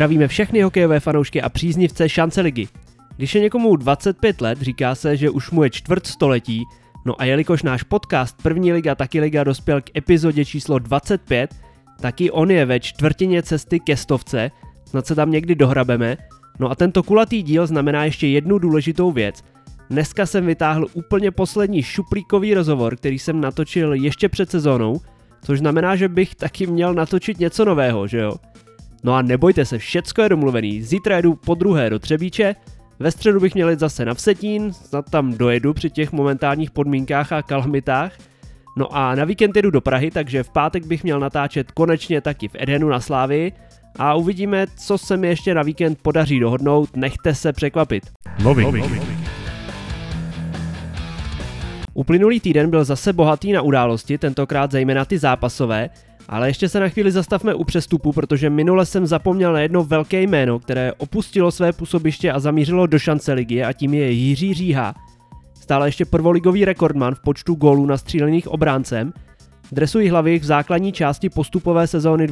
Zdravíme všechny hokejové fanoušky a příznivce šance ligy. Když je někomu 25 let, říká se, že už mu je čtvrt století, no a jelikož náš podcast První liga taky liga dospěl k epizodě číslo 25, taky on je ve čtvrtině cesty ke stovce, snad se tam někdy dohrabeme. No a tento kulatý díl znamená ještě jednu důležitou věc. Dneska jsem vytáhl úplně poslední šuplíkový rozhovor, který jsem natočil ještě před sezónou, což znamená, že bych taky měl natočit něco nového, že jo? No a nebojte se, všecko je domluvený, zítra jedu podruhé do Třebíče, ve středu bych měl jít zase na Vsetín, snad tam dojedu při těch momentálních podmínkách a kalamitách. No a na víkend jedu do Prahy, takže v pátek bych měl natáčet konečně taky v Edenu na Slávii a uvidíme, co se mi ještě na víkend podaří dohodnout, nechte se překvapit. Uplynulý týden byl zase bohatý na události, tentokrát zejména ty zápasové, ale ještě se na chvíli zastavme u přestupu, protože minule jsem zapomněl na jedno velké jméno, které opustilo své působiště a zamířilo do šance ligy a tím je Jiří Říha. Stále ještě prvoligový rekordman v počtu gólů nastřílených obráncem. Dresu Jihlavy v základní části postupové sezóny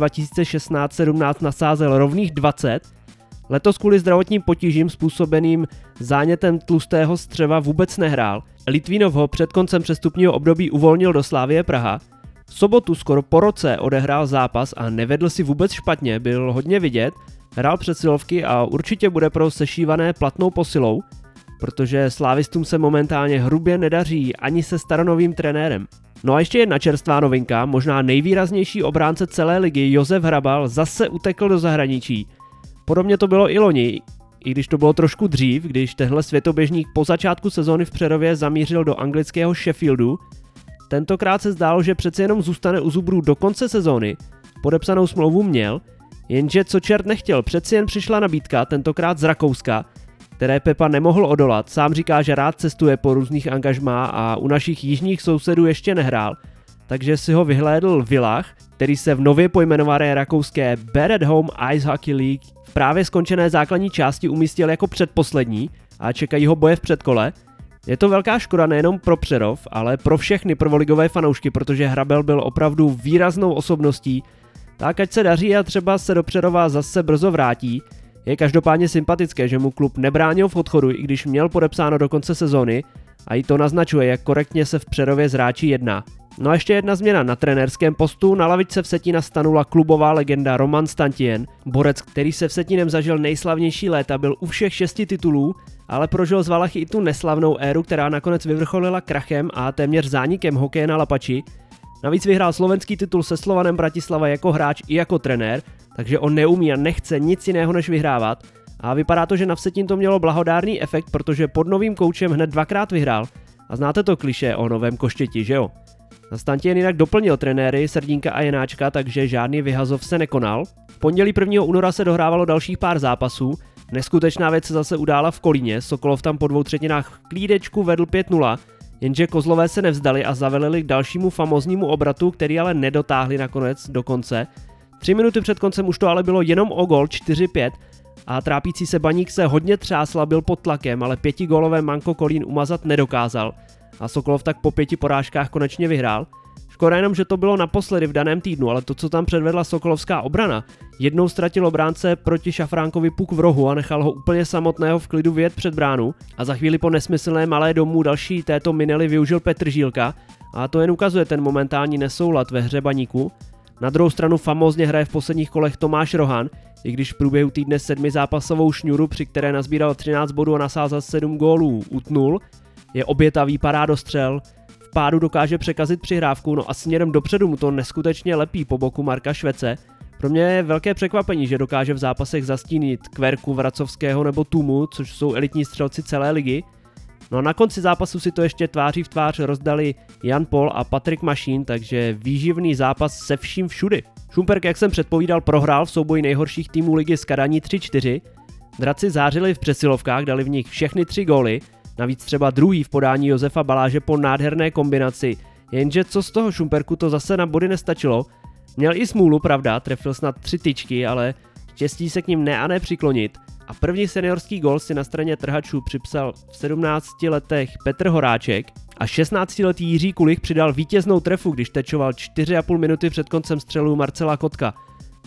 2016-17 nasázel rovných 20. Letos kvůli zdravotním potížím způsobeným zánětem tlustého střeva vůbec nehrál. Litvínov ho před koncem přestupního období uvolnil do Slavie Praha. V sobotu skoro po roce odehrál zápas a nevedl si vůbec špatně, byl hodně vidět, hrál přesilovky a určitě bude pro sešívané platnou posilou, protože slávistům se momentálně hrubě nedaří ani se staronovým trenérem. No a ještě jedna čerstvá novinka, možná nejvýraznější obránce celé ligy Josef Hrabal zase utekl do zahraničí. Podobně to bylo i loni, i když to bylo trošku dřív, když tenhle světoběžník po začátku sezóny v Přerově zamířil do anglického Sheffieldu. Tentokrát se zdálo, že přece jenom zůstane u zubrů do konce sezóny, podepsanou smlouvu měl, jenže co čert nechtěl, přeci jen přišla nabídka, tentokrát z Rakouska, které Pepa nemohl odolat, sám říká, že rád cestuje po různých angažmá a u našich jižních sousedů ještě nehrál, takže si ho vyhlédl Villach, který se v nově pojmenované rakouské Bad at Home Ice Hockey League v právě skončené základní části umístil jako předposlední a čekají ho boje v předkole. Je to velká škoda nejenom pro Přerov, ale pro všechny prvoligové fanoušky, protože Hrabal byl opravdu výraznou osobností, tak ať se daří a třeba se do Přerova zase brzo vrátí. Je každopádně sympatické, že mu klub nebránil v odchodu, i když měl podepsáno do konce sezóny a i to naznačuje, jak korektně se v Přerově z hráči jedná. No a ještě jedna změna na trenérském postu, na lavičce Vsetína stanula klubová legenda Roman Stantien, borec, který se Vsetínem zažil nejslavnější léta, byl u všech 6 titulů, ale prožil z Valachy i tu neslavnou éru, která nakonec vyvrcholila krachem a téměř zánikem hokeje na lapači. Navíc vyhrál slovenský titul se Slovanem Bratislava jako hráč i jako trenér, takže on neumí a nechce nic jiného než vyhrávat. A vypadá to, že na Vsetín to mělo blahodárný efekt, protože pod novým koučem hned 2krát vyhrál. A znáte to klišé o novém koštěti, že jo? Stantien jinak doplnil trenéry Srdínka a Jenáčka, takže žádný vyhazov se nekonal. V pondělí 1. února se dohrávalo dalších pár zápasů. Neskutečná věc se zase udála v Kolíně, Sokolov tam po 2/3 klídečku vedl 5-0, jenže Kozlové se nevzdali a zavelili k dalšímu famóznímu obratu, který ale nedotáhli nakonec do konce. 3 minuty před koncem už to ale bylo jenom o gol 4-5 a trápící se Baník se hodně třásl a byl pod tlakem, ale 5gólové manko Kolín umazat nedokázal a Sokolov tak po 5 porážkách konečně vyhrál. Škoda jenom, že to bylo naposledy v daném týdnu, ale to, co tam předvedla sokolovská obrana, jednou ztratil obránce proti Šafránkovi puk v rohu a nechal ho úplně samotného v klidu vyjet před bránu a za chvíli po nesmyslné malé domů další této minely využil Petr Žílka a to jen ukazuje ten momentální nesoulad ve hře Baníku. Na druhou stranu famózně hraje v posledních kolech Tomáš Rohan, i když v průběhu týdne 7 zápasovou šňůru, při které nazbíral 13 bodů a nasázal 7 gólů, utnul, je obětavý parádostřel, v pádu dokáže překazit přihrávku, no a směrem dopředu mu to neskutečně lepí po boku Marka Švece. Pro mě je velké překvapení, že dokáže v zápasech zastínit Kverku, Vracovského nebo Tumu, což jsou elitní střelci celé ligy. No a na konci zápasu si to ještě tváří v tvář rozdali Jan Pol a Patrik Mašín, takže výživný zápas se vším všudy. Šumperk, jak jsem předpovídal, prohrál v souboji nejhorších týmů ligy s Kadaní 3-4. Draci zářili v přesilovkách, dali v nich všechny 3 góly, navíc třeba druhý v podání Josefa Baláže po nádherné kombinaci, jenže co z toho Šumperku to zase na body nestačilo. Měl i smůlu, pravda, trefil snad 3 tyčky, ale štěstí se k ním ne a ne přiklonit. A první seniorský gól si na straně trhačů připsal v 17 letech Petr Horáček a 16letý Jiří Kulich přidal vítěznou trefu, když tečoval 4,5 minuty před koncem střelu Marcela Kotka.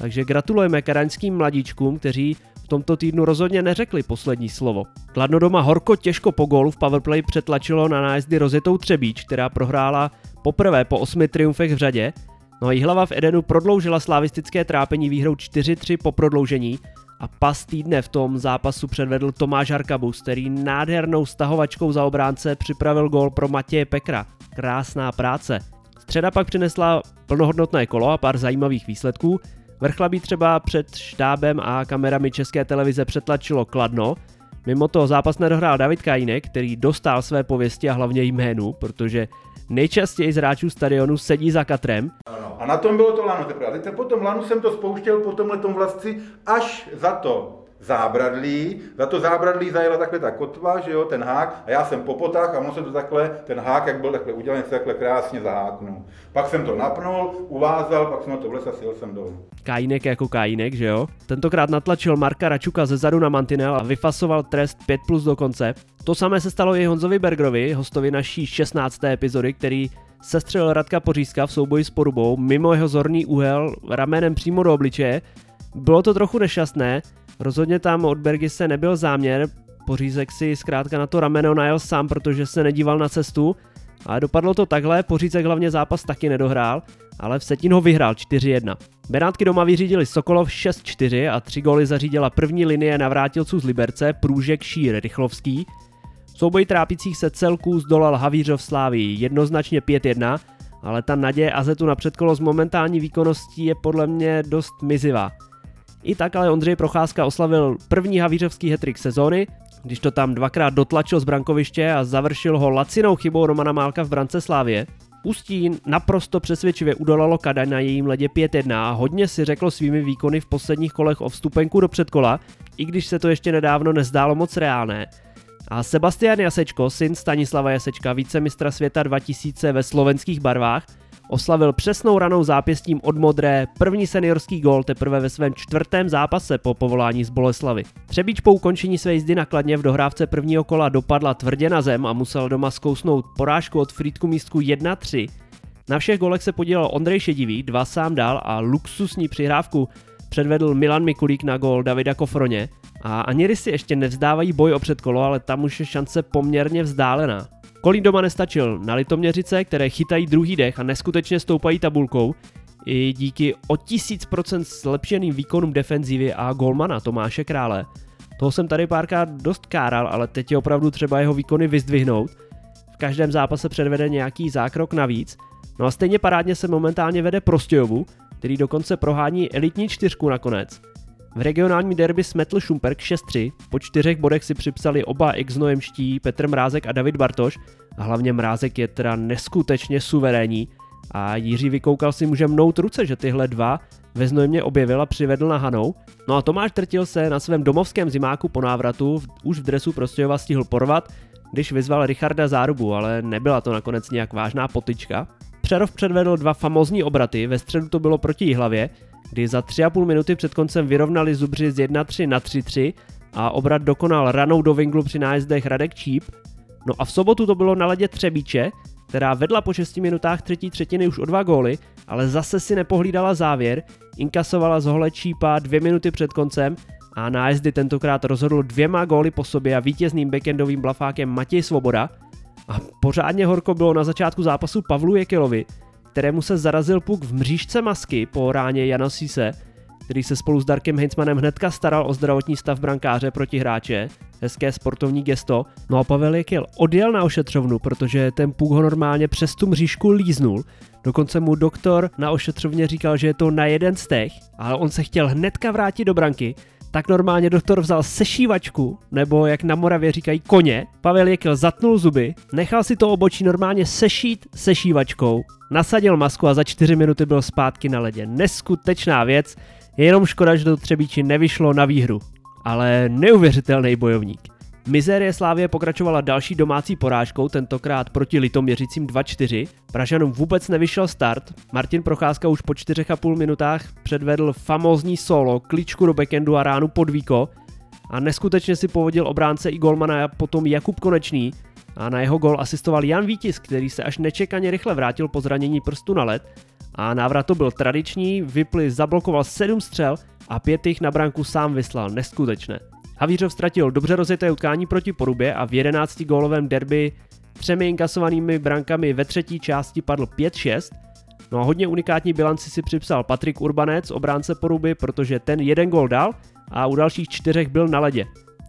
Takže gratulujeme kadaňským mladíčkům, kteří v tomto týdnu rozhodně neřekli poslední slovo. Kladno doma horko těžko po gólu v powerplay přetlačilo na nájezdy rozjetou Třebíč, která prohrála poprvé po 8 triumfech v řadě. No a Jihlava v Edenu prodloužila slavistické trápení výhrou 4-3 po prodloužení a pas týdne v tom zápasu předvedl Tomáš Harkabus, který nádhernou stahovačkou za obránce připravil gól pro Matěje Pekra. Krásná práce. Středa pak přinesla plnohodnotné kolo a pár zajímavých výsledků. Vrchlabí třeba před štábem a kamerami České televize přetlačilo Kladno. Mimo to zápas nedohrál David Kajínek, který dostal své pověsti a hlavně jménu, protože nejčastěji z hráčů stadionu sedí za katrem. A na tom bylo to lano teprve. A teď po tom lanu jsem to spouštěl po tomhletom vlastci až za to zábradlí. Za to zábradlí zajela takhle ta kotva, že jo, ten hák, a já jsem po potách a ono se to takhle, ten hák, jak byl takhle udělaný, se takhle krásně zaháknul. Pak jsem to napnul, uvázal, pak jsem to vlez a sjel jsem dolů. Kajínek jako Kajínek, že jo? Tentokrát natlačil Marka Račuka zezadu na mantinel a vyfasoval trest 5+ do konce. To samé se stalo i Honzovi Bergerovi, hostovi naší 16. epizody, který sestřelil Radka Pořízka v souboji s Porubou mimo jeho zorný úhel ramenem přímo do obličeje. Bylo to trochu nešťastné, rozhodně tam od Bergise nebyl záměr, Pořízek si zkrátka na to rameno najel sám, protože se nedíval na cestu, ale dopadlo to takhle, Pořízek hlavně zápas taky nedohrál, ale Vsetín ho vyhrál 4-1. Benátky doma vyřídili Sokolov 6-4 a 3 góly zařídila první linie navrátilců z Liberce, Průžek, Šír, Rychlovský. V souboji trápících se celků zdolal Havířov Slávii jednoznačně 5-1, ale ta naděje Azetu na předkolo z momentální výkonností je podle mě dost mizivá. I tak ale Ondřej Procházka oslavil první havířovský hat-trick sezóny, když to tam dvakrát dotlačil z brankoviště a završil ho lacinou chybou Romana Málka v brance Slávie. Ústí naprosto přesvědčivě udolalo Kadaň na jejím ledě 5-1 a hodně si řeklo svými výkony v posledních kolech o vstupenku do předkola, i když se to ještě nedávno nezdálo moc reálné. A Sebastian Jasečko, syn Stanislava Jasečka, vícemistra světa 2000 ve slovenských barvách, oslavil přesnou ranou zápěstím od modré první seniorský gól teprve ve svém 4. zápase po povolání z Boleslavy. Třebíč po ukončení své jízdy na Kladně v dohrávce prvního kola dopadla tvrdě na zem a musel doma zkousnout porážku od Frýdku Místku 1-3. Na všech golech se podílel Ondrej Šedivý, 2 sám dal a luxusní přihrávku předvedl Milan Mikulík na gól Davida Kofroně. A ani Rysy ještě nevzdávají boj o předkolo, ale tam už je šance poměrně vzdálená. Kolín doma nestačil na Litoměřice, které chytají druhý dech a neskutečně stoupají tabulkou, i díky o 1000% zlepšeným výkonům defenzivy a golmana Tomáše Krále. Toho jsem tady párkrát dost káral, ale teď je opravdu třeba jeho výkony vyzdvihnout. V každém zápase předvede nějaký zákrok navíc. No a stejně parádně se momentálně vede Prostějovu, který dokonce prohání elitní 4 nakonec. V regionální derby smetl Šumperk 6-3, po 4 bodech si připsali oba ex-znojemští Petr Mrázek a David Bartoš a hlavně Mrázek je teda neskutečně suverénní a Jiří Vykoukal si může mnout ruce, že tyhle dva ve Znojmě objevil a přivedl na Hanou. No a Tomáš Trtil se na svém domovském zimáku po návratu už v dresu Prostějova stihl porvat, když vyzval Richarda Zárubu, ale nebyla to nakonec nějak vážná potyčka. Přerov předvedl 2 famózní obraty, ve středu to bylo proti Jihlavě, kdy za 3,5 minuty před koncem vyrovnali Zubři z 1-3 na 3-3 a obrat dokonal ranou do vinglu při nájezdech Radek Číp. No a v sobotu to bylo na ledě Třebíče, která vedla po 6 minutách třetí třetiny už o 2 góly, ale zase si nepohlídala závěr, inkasovala z hole Čípa 2 minuty před koncem a nájezdy tentokrát rozhodl 2 góly po sobě a vítězným backendovým blafákem Matěj Svoboda. A pořádně horko bylo na začátku zápasu Pavlu Jekylovi, kterému se zarazil puk v mřížce masky po ráně Jana Sise, který se spolu s Darkem Heinzmanem hnedka staral o zdravotní stav brankáře proti hráče. Hezké sportovní gesto. No a Pavel Jekyl odjel na ošetřovnu, protože ten puk ho normálně přes tu mřížku líznul. Dokonce mu doktor na ošetřovně říkal, že je to na jeden stech, ale on se chtěl hnedka vrátit do branky, tak normálně doktor vzal sešívačku, nebo jak na Moravě říkají koně. Pavel Jekyl zatnul zuby, nechal si to obočí normálně sešít sešívačkou, nasadil masku a za 4 minuty byl zpátky na ledě. Neskutečná věc, je jenom škoda, že to Třebíči nevyšlo na výhru. Ale neuvěřitelný bojovník. Mizérie Slávie pokračovala další domácí porážkou, tentokrát proti Litoměřicím 2-4. Pražanům vůbec nevyšel start, Martin Procházka už po 4,5 minutách předvedl famózní solo, kličku do backendu a ránu pod víko a neskutečně si povodil obránce i golmana potom Jakub Konečný a na jeho gol asistoval Jan Vítisk, který se až nečekaně rychle vrátil po zranění prstu na led a návrat to byl tradiční, Vyply zablokoval 7 střel a 5 jich na branku sám vyslal, neskutečné. Havířov ztratil dobře rozjeté utkání proti Porubě a v 11 gólovém derby 3 inkasovanými brankami ve třetí části padl 5-6. No a hodně unikátní bilanci si připsal Patrik Urbanec, obránce Poruby, protože ten 1 gól dal a u dalších 4 byl na ledě.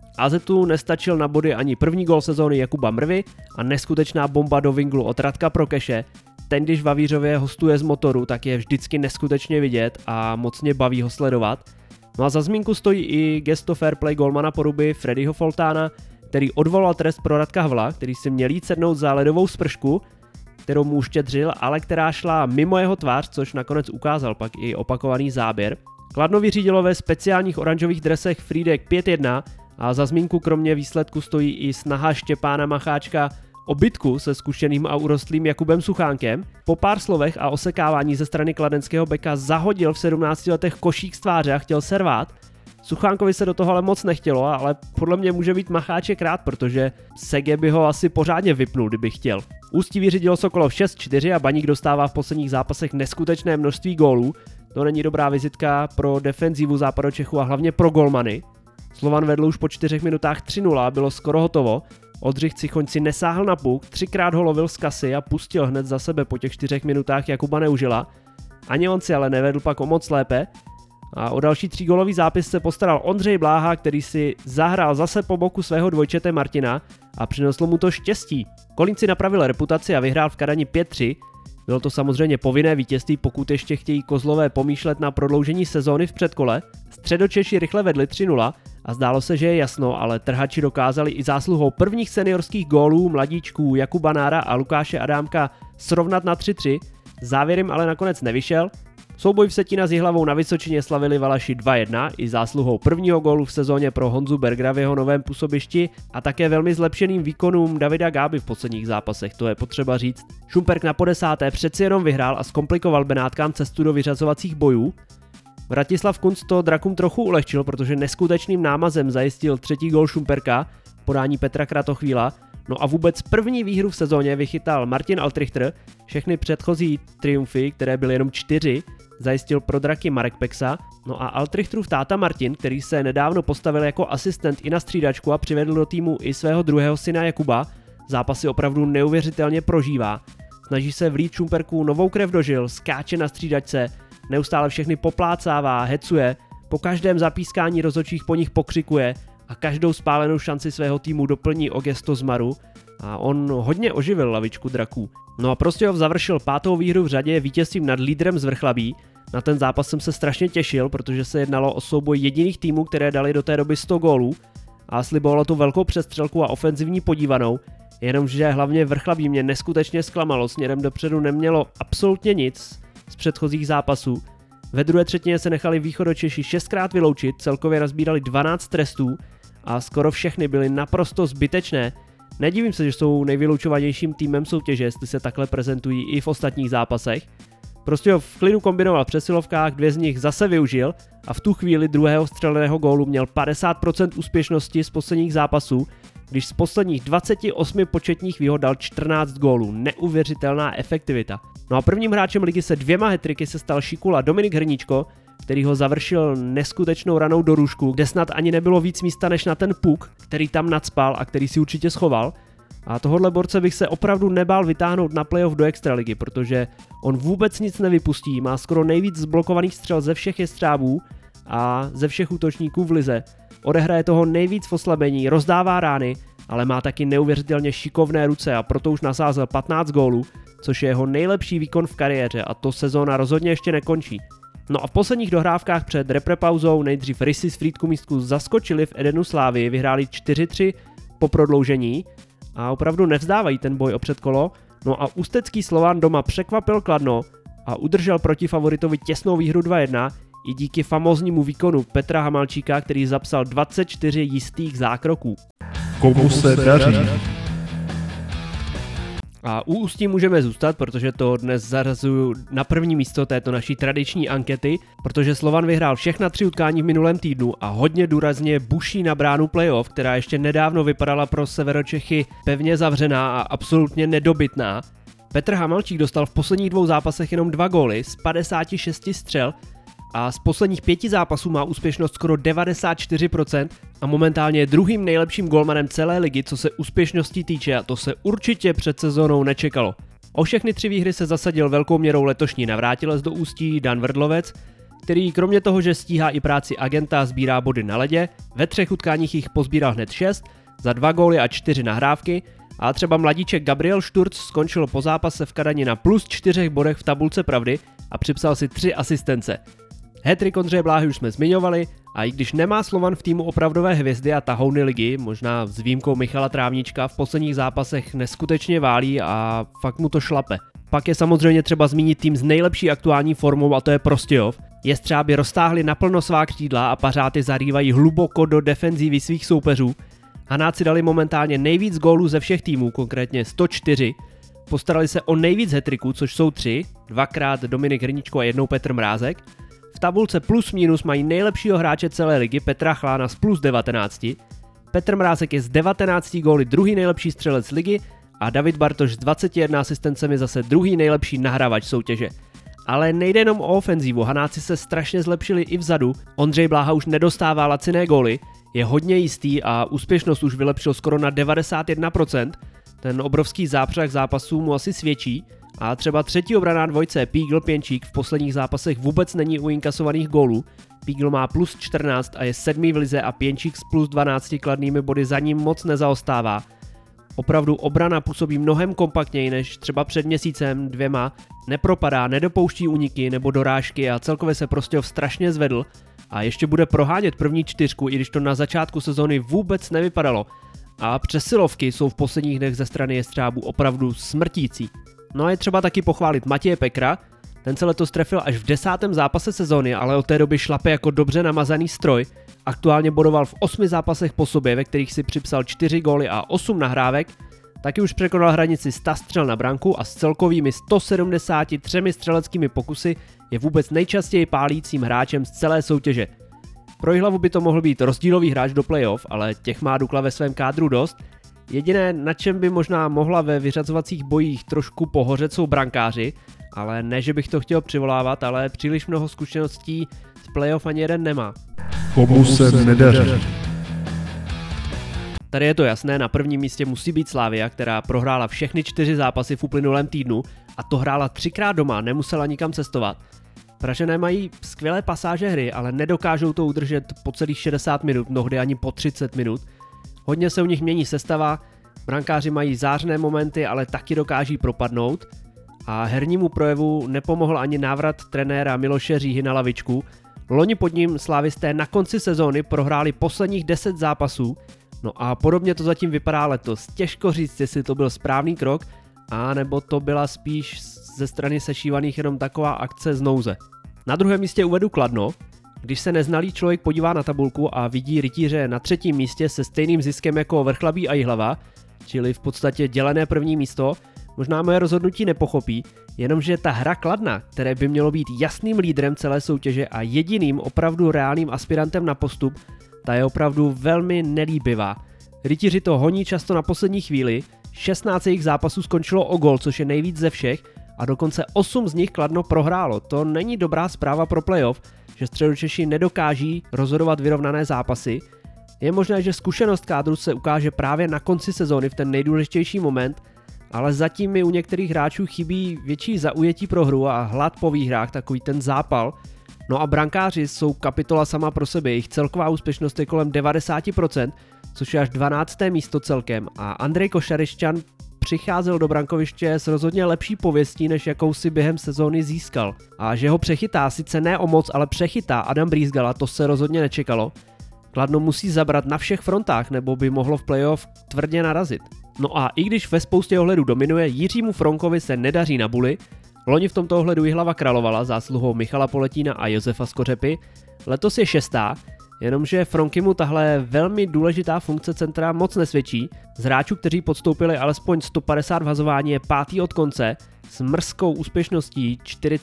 AZu nestačil na body ani první gól sezóny Jakuba Mrvy a neskutečná bomba do vinglu od Radka Prokeše. Ten, když v Havířově hostuje z Motoru, tak je vždycky neskutečně vidět a moc mě baví ho sledovat. No a za zmínku stojí i gesto fair play golmana Poruby Freddyho Foltána, který odvolal trest pro Radka Havla, který si měl jít sednout za ledovou spršku, kterou mu uštědřil, ale která šla mimo jeho tvář, což nakonec ukázal pak i opakovaný záběr. Kladno vyřídilo ve speciálních oranžových dresech Frýdek 5-1 a za zmínku kromě výsledku stojí i snaha Štěpána Macháčka o bitku se zkušeným a urostlým Jakubem Suchánkem. Po pár slovech a osekávání ze strany kladenského beka zahodil v 17 letech košík z tváře a chtěl se rvát. Suchánkovi se do toho ale moc nechtělo, ale podle mě může být Macháček rád, protože Sege by ho asi pořádně vypnul, kdyby chtěl. Ústí vyřídilo Sokolov 6-4 a Baník dostává v posledních zápasech neskutečné množství gólů. To není dobrá vizitka pro defenzivu Západočechu a hlavně pro golmany. Slovan vedl už po 4 minutách 3-0 a bylo skoro hotovo. Oldřich Cichoň si nesáhl na puk, 3krát ho lovil z kasy a pustil hned za sebe po těch 4 minutách Jakuba Neužila. Ani on si ale nevedl pak o moc lépe. A o další 3gólový zápis se postaral Ondřej Bláha, který si zahrál zase po boku svého dvojčete Martina a přineslo mu to štěstí. Kolín si napravil reputaci a vyhrál v Kadani 5-3. Bylo to samozřejmě povinné vítězství, pokud ještě chtějí Kozlové pomýšlet na prodloužení sezóny v předkole. Středočeši rychle vedli 3-0 a zdálo se, že je jasno, ale trhači dokázali i zásluhou prvních seniorských gólů mladíčků Jakuba Nára a Lukáše Adámka srovnat na 3-3. Závěrem ale nakonec nevyšel. Souboj v Setina s Jihlavou na Vysočině slavili Valaši 2-1 i zásluhou prvního gólu v sezóně pro Honzu Bergera v jeho novém působišti a také velmi zlepšeným výkonům Davida Gáby v posledních zápasech, to je potřeba říct. Šumperk na 10. přeci jenom vyhrál a zkomplikoval Benátkám cestu do vyřazovacích bojů. Vratislav Kunc to Drakům trochu ulehčil, protože neskutečným námazem zajistil 3. gól Šumperka, podání Petra Kratochvíla. No a vůbec první výhru v sezóně vychytal Martin Altrichter, všechny předchozí triumfy, které byly jenom 4, zajistil pro Draky Marek Peksa. No a Altrichterův táta Martin, který se nedávno postavil jako asistent i na střídačku a přivedl do týmu i svého druhého syna Jakuba, zápasy opravdu neuvěřitelně prožívá. Snaží se vlít Šumperku novou krev do žil, skáče na střídačce, neustále všechny poplácává, hecuje, po každém zapískání rozhodčích po nich pokřikuje a každou spálenou šanci svého týmu doplní o gesto zmaru a on hodně oživil lavičku Draků. No a Prostějov završil 5. výhru v řadě vítězstvím nad lídrem z Vrchlabí. Na ten zápas jsem se strašně těšil, protože se jednalo o souboj jediných týmů, které dali do té doby 100 gólů a slibovalo tu velkou přestřelku a ofenzivní podívanou, jenomže hlavně Vrchlabí mě neskutečně zklamalo, směrem dopředu nemělo absolutně nic z předchozích zápasů. Ve druhé třetině se nechali Východočeši 6krát vyloučit, celkově nazbírali 12 trestů a skoro všechny byly naprosto zbytečné. Nedivím se, že jsou nejvyloučovanějším týmem soutěže, jestli se takhle prezentují i v ostatních zápasech. Prostě v klidu kombinoval v přesilovkách, 2 z nich zase využil a v tu chvíli druhého střeleného gólu měl 50% úspěšnosti z posledních zápasů, když z posledních 28 početních výhod dal 14 gólů. Neuvěřitelná efektivita. No a prvním hráčem ligy se 2 hat-tricky se stal Šikula Dominik Hrníčko, který ho završil neskutečnou ranou do růžku, kde snad ani nebylo víc místa než na ten puk, který tam nacpal a který si určitě schoval. A tohohle borce bych se opravdu nebál vytáhnout na playoff do extraligy, protože on vůbec nic nevypustí, má skoro nejvíc zblokovaných střel ze všech jestřábů a ze všech útočníků v lize. Odehraje toho nejvíc v oslabení, rozdává rány, ale má taky neuvěřitelně šikovné ruce a proto už nasázel 15 gólů, což je jeho nejlepší výkon v kariéře a to sezóna rozhodně ještě nekončí. No a v posledních dohrávkách před reprepauzou nejdřív Rysy z Frýdku místku zaskočili v Edenu Slávy, vyhráli 4-3 po prodloužení a opravdu nevzdávají ten boj o předkolo. No a ústecký Slovan doma překvapil Kladno a udržel proti favoritovi těsnou výhru 2-1 i díky famóznímu výkonu Petra Hamalčíka, který zapsal 24 jistých zákroků. Komu se daří? A u Ústí můžeme zůstat, protože to dnes zařazuju na první místo této naší tradiční ankety, protože Slovan vyhrál všechna 3 utkání v minulém týdnu a hodně důrazně buší na bránu playoff, která ještě nedávno vypadala pro Severočechy pevně zavřená a absolutně nedobytná. Petr Hamalčík dostal v posledních 2 zápasech jenom 2 góly z 56 střel a z posledních 5 zápasů má úspěšnost skoro 94% a momentálně je druhým nejlepším golmanem celé ligy, co se úspěšnosti týče, a to se určitě před sezónou nečekalo. O všechny 3 výhry se zasadil velkou měrou letošní navrátilec do Ústí Dan Vrdlovec, který kromě toho, že stíhá i práci agenta, sbírá body na ledě, ve 3 utkáních jich pozbíral hned 6, za 2 góly a 4 nahrávky, a třeba mladíček Gabriel Šturc skončil po zápase v Kadani na plus 4 bodech v tabulce pravdy a připsal si 3 asistence. Hattrick Ondřeje Bláhy už jsme zmiňovali, a i když nemá Slovan v týmu opravdové hvězdy a tahouny ligy, možná s výjimkou Michala Trávníčka, v posledních zápasech neskutečně válí a fakt mu to šlape. Pak je samozřejmě třeba zmínit tým s nejlepší aktuální formou, a to je Prostějov. Jestřábi roztáhli naplno svá křídla a pařáty zarývají hluboko do defenzívy svých soupeřů. Hanáci dali momentálně nejvíc gólů ze všech týmů, konkrétně 104. Postarali se o nejvíc hattricků, což jsou 3, 2krát Dominik Hrničko a 1 Petr Mrázek. V tabulce plus minus mají nejlepšího hráče celé ligy Petra Chlána s plus 19. Petr Mrázek je z 19 góly druhý nejlepší střelec ligy a David Bartoš s 21 asistencemi zase druhý nejlepší nahrávač soutěže. Ale nejde jenom o ofenzívu, Hanáci se strašně zlepšili i vzadu, Ondřej Bláha už nedostává laciné góly, je hodně jistý a úspěšnost už vylepšil skoro na 91%, ten obrovský zápřah zápasů mu asi svědčí, a třeba třetí obraná dvojce Pígl Pěnčík v posledních zápasech vůbec není u inkasovaných gólů. Pígl má plus 14 a je 7. v lize a Pěnčík s plus 12 kladnými body za ním moc nezaostává. Opravdu obrana působí mnohem kompaktněji než třeba před měsícem, 2, nepropadá, nedopouští úniky nebo dorážky a celkově se Prostějov strašně zvedl a ještě bude prohánět první 4, i když to na začátku sezóny vůbec nevypadalo. A přesilovky jsou v posledních dnech ze strany Jestřábů opravdu smrtící. No a je třeba taky pochválit Matěje Pekra, ten se letos trefil až v 10. zápase sezóny, ale od té doby šlape jako dobře namazaný stroj. Aktuálně bodoval v 8 zápasech po sobě, ve kterých si připsal 4 góly a 8 nahrávek, taky už překonal hranici 100 střel na branku a s celkovými 173 střeleckými pokusy je vůbec nejčastěji pálícím hráčem z celé soutěže. Pro Jihlavu by to mohl být rozdílový hráč do playoff, ale těch má Dukla ve svém kádru dost. Jediné, na čem by možná mohla ve vyřazovacích bojích trošku pohořet, jsou brankáři, ale ne, že bych to chtěl přivolávat, ale příliš mnoho zkušeností z playoff ani jeden nemá. Komu se nedaří? Tady je to jasné, na prvním místě musí být Slavia, která prohrála všechny 4 zápasy v uplynulém týdnu a to hrála 3krát doma, nemusela nikam cestovat. Pražané mají skvělé pasáže hry, ale nedokážou to udržet po celých 60 minut, mnohdy ani po 30 minut. Hodně se u nich mění sestava, brankáři mají zářné momenty, ale taky dokáží propadnout. A hernímu projevu nepomohl ani návrat trenéra Miloše Říhy na lavičku. Loni pod ním slávisté na konci sezóny prohráli posledních 10 zápasů, no a podobně to zatím vypadá letos. Těžko říct, jestli to byl správný krok, a nebo to byla spíš ze strany sešívaných jenom taková akce z nouze. Na druhém místě uvedu Kladno. Když se neznalý člověk podívá na tabulku a vidí Rytíře na 3. místě se stejným ziskem jako Vrchlabí a Jihlava, čili v podstatě dělené první místo, možná moje rozhodnutí nepochopí, jenomže ta hra Kladna, které by mělo být jasným lídrem celé soutěže a jediným opravdu reálným aspirantem na postup, ta je opravdu velmi nelíbivá. Rytíři to honí často na poslední chvíli, 16 jejich zápasů skončilo o gól, což je nejvíc ze všech, a dokonce 8 z nich Kladno prohrálo. To není dobrá zpráva pro playoff, že Středočeši nedokáží rozhodovat vyrovnané zápasy. Je možné, že zkušenost kádru se ukáže právě na konci sezóny v ten nejdůležitější moment, ale zatím mi u některých hráčů chybí větší zaujetí pro hru a hlad po výhrách, takový ten zápal. No a brankáři jsou kapitola sama pro sebe, jejich celková úspěšnost je kolem 90%, což je až 12. místo celkem, a Andrej Košarišťan přicházel do brankoviště s rozhodně lepší pověstí, než jakou si během sezóny získal. A že ho přechytá, sice ne o moc, ale přechytá Adam Brýsgala, to se rozhodně nečekalo. Kladno musí zabrat na všech frontách, nebo by mohlo v playoff tvrdě narazit. No a i když ve spoustě ohledů dominuje, Jiřímu Fronkovi se nedaří na buli. Loni v tomto ohledu Jihlava královala zásluhou Michala Poletína a Josefa Skořepy. Letos je 6. Jenomže Fronkimu tahle velmi důležitá funkce centra moc nesvědčí. Z hráčů, kteří podstoupili alespoň 150 vhazování, je 5. od konce s mrzkou úspěšností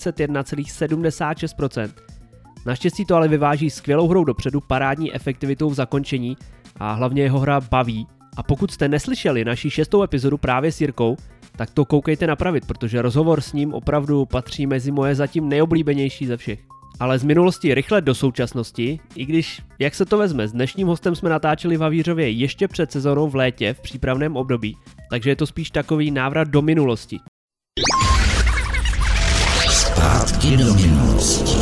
41,76%. Naštěstí to ale vyváží skvělou hrou dopředu, parádní efektivitou v zakončení a hlavně jeho hra baví. A pokud jste neslyšeli naši 6. epizodu právě s Jirkou, tak to koukejte napravit, protože rozhovor s ním opravdu patří mezi moje zatím nejoblíbenější ze všech. Ale z minulosti rychle do současnosti, i když, jak se to vezme, s dnešním hostem jsme natáčeli v Havířově ještě před sezónou v létě v přípravném období, takže je to spíš takový návrat do minulosti. Zpátky do minulosti.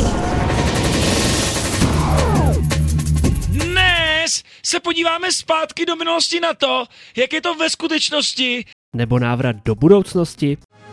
Dnes se podíváme zpátky do minulosti na to, jak je to ve skutečnosti. Nebo návrat do budoucnosti.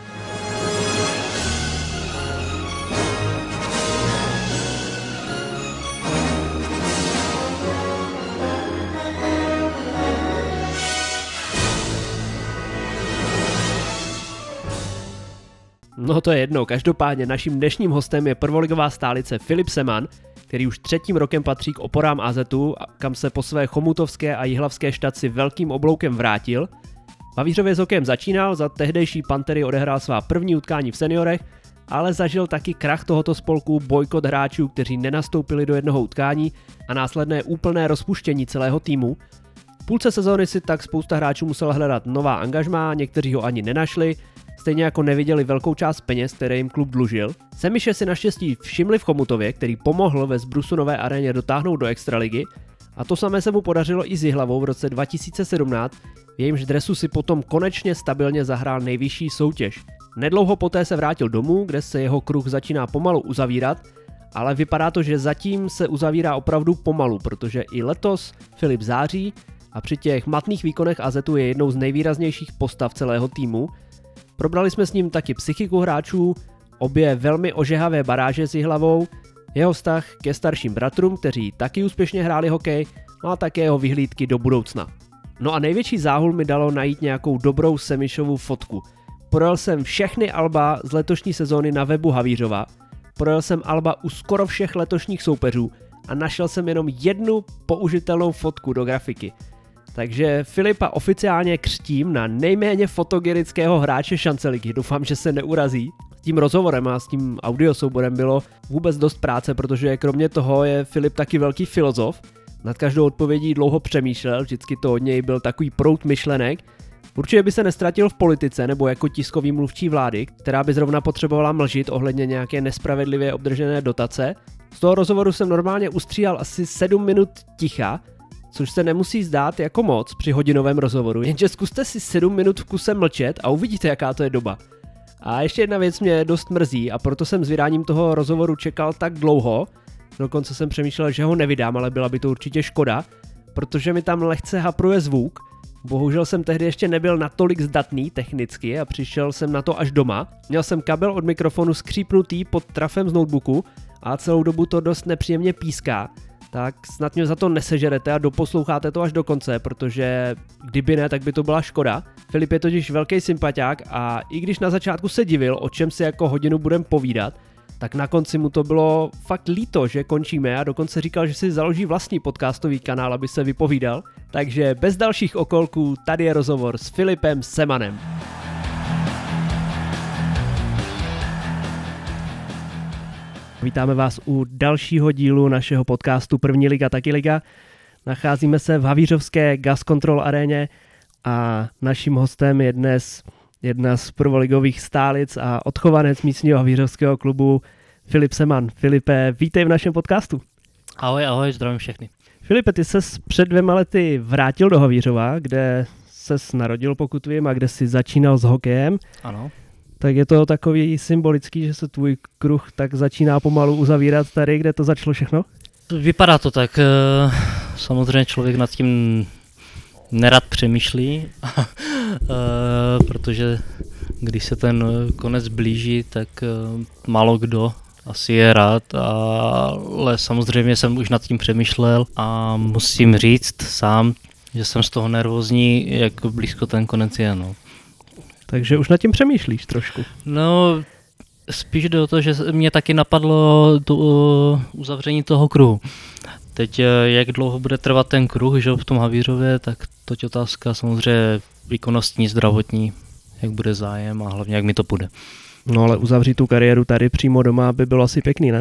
No to je jedno, každopádně naším dnešním hostem je prvoligová stálice Filip Zeman, který už 3. rokem patří k oporám AZu, kam se po své chomutovské a jihlavské štaci velkým obloukem vrátil. V Havířově s hokejem začínal, za tehdejší Pantery odehrál svá první utkání v seniorech, ale zažil taky krach tohoto spolku, bojkot hráčů, kteří nenastoupili do jednoho utkání a následné úplné rozpuštění celého týmu. V půlce sezóny si tak spousta hráčů musela hledat nová angažmá, někteří ho ani nenašli, stejně jako neviděli velkou část peněz, které jim klub dlužil. Semiše si naštěstí všimli v Chomutově, který pomohl ve Zbrusunové aréně dotáhnout do extraligy, a to samé se mu podařilo i s Jihlavou v roce 2017, v jejímž dresu si potom konečně stabilně zahrál nejvyšší soutěž. Nedlouho poté se vrátil domů, kde se jeho kruh začíná pomalu uzavírat, ale vypadá to, že zatím se uzavírá opravdu pomalu, protože i letos Filip září a při těch matných výkonech AZu je jednou z nejvýraznějších postav celého týmu. Probrali jsme s ním taky psychiku hráčů, obě velmi ožehavé baráže s Jihlavou, jeho vztah ke starším bratrům, kteří taky úspěšně hráli hokej, no a také jeho vyhlídky do budoucna. No a největší záhul mi dalo najít nějakou dobrou Semišovu fotku. Projel jsem všechny alba z letošní sezóny na webu Havířova, projel jsem alba u skoro všech letošních soupeřů a našel jsem jenom jednu použitelnou fotku do grafiky. Takže Filipa oficiálně křtím na nejméně fotogenického hráče šanceligy, doufám, že se neurazí. S tím rozhovorem a s tím audiosouborem bylo vůbec dost práce, protože kromě toho je Filip taky velký filozof. Nad každou odpovědí dlouho přemýšlel, vždycky to od něj byl takový proud myšlenek. Určitě by se nestratil v politice nebo jako tiskový mluvčí vlády, která by zrovna potřebovala mlžit ohledně nějaké nespravedlivě obdržené dotace. Z toho rozhovoru jsem normálně ustříhal asi 7 minut ticha, což se nemusí zdát jako moc při hodinovém rozhovoru, jenže zkuste si 7 minut v kuse mlčet a uvidíte, jaká to je doba. A ještě jedna věc mě dost mrzí a proto jsem s vydáním toho rozhovoru čekal tak dlouho, dokonce jsem přemýšlel, že ho nevydám, ale byla by to určitě škoda, protože mi tam lehce hapruje zvuk. Bohužel jsem tehdy ještě nebyl natolik zdatný technicky a přišel jsem na to až doma. Měl jsem kabel od mikrofonu skřípnutý pod trafem z notebooku a celou dobu to dost nepříjemně píská. Tak snad mě za to nesežerete a doposloucháte to až do konce, protože kdyby ne, tak by to byla škoda. Filip je totiž velký sympatiák a i když na začátku se divil, o čem si jako hodinu budem povídat, tak na konci mu to bylo fakt líto, že končíme a dokonce říkal, že si založí vlastní podcastový kanál, aby se vypovídal. Takže bez dalších okolků, tady je rozhovor s Filipem Zemanem. Vítáme vás u dalšího dílu našeho podcastu První liga, taky liga. Nacházíme se v havířovské Gas Control aréně a naším hostem je dnes jedna z prvoligových stálic a odchovanec místního havířovského klubu Filip Zeman. Filipe, vítej v našem podcastu. Ahoj, zdravím všechny. Filipe, ty ses před 2 lety vrátil do Havířova, kde ses narodil, pokud vím, a kde jsi začínal s hokejem. Ano. Tak je to takový symbolický, že se tvůj kruh tak začíná pomalu uzavírat tady, kde to začalo všechno? Vypadá to tak. Samozřejmě člověk nad tím nerad přemýšlí, protože když se ten konec blíží, tak málo kdo asi je rád, ale samozřejmě jsem už nad tím přemýšlel a musím říct sám, že jsem z toho nervózní, jak blízko ten konec je. No. Takže už nad tím přemýšlíš trošku. No, spíš jde o to, že mě taky napadlo to uzavření toho kruhu. Teď, jak dlouho bude trvat ten kruh, že v tom Havířově, tak to je otázka samozřejmě výkonnostní, zdravotní, jak bude zájem a hlavně jak mi to půjde. No ale uzavřít tu kariéru tady přímo doma by bylo asi pěkný, ne?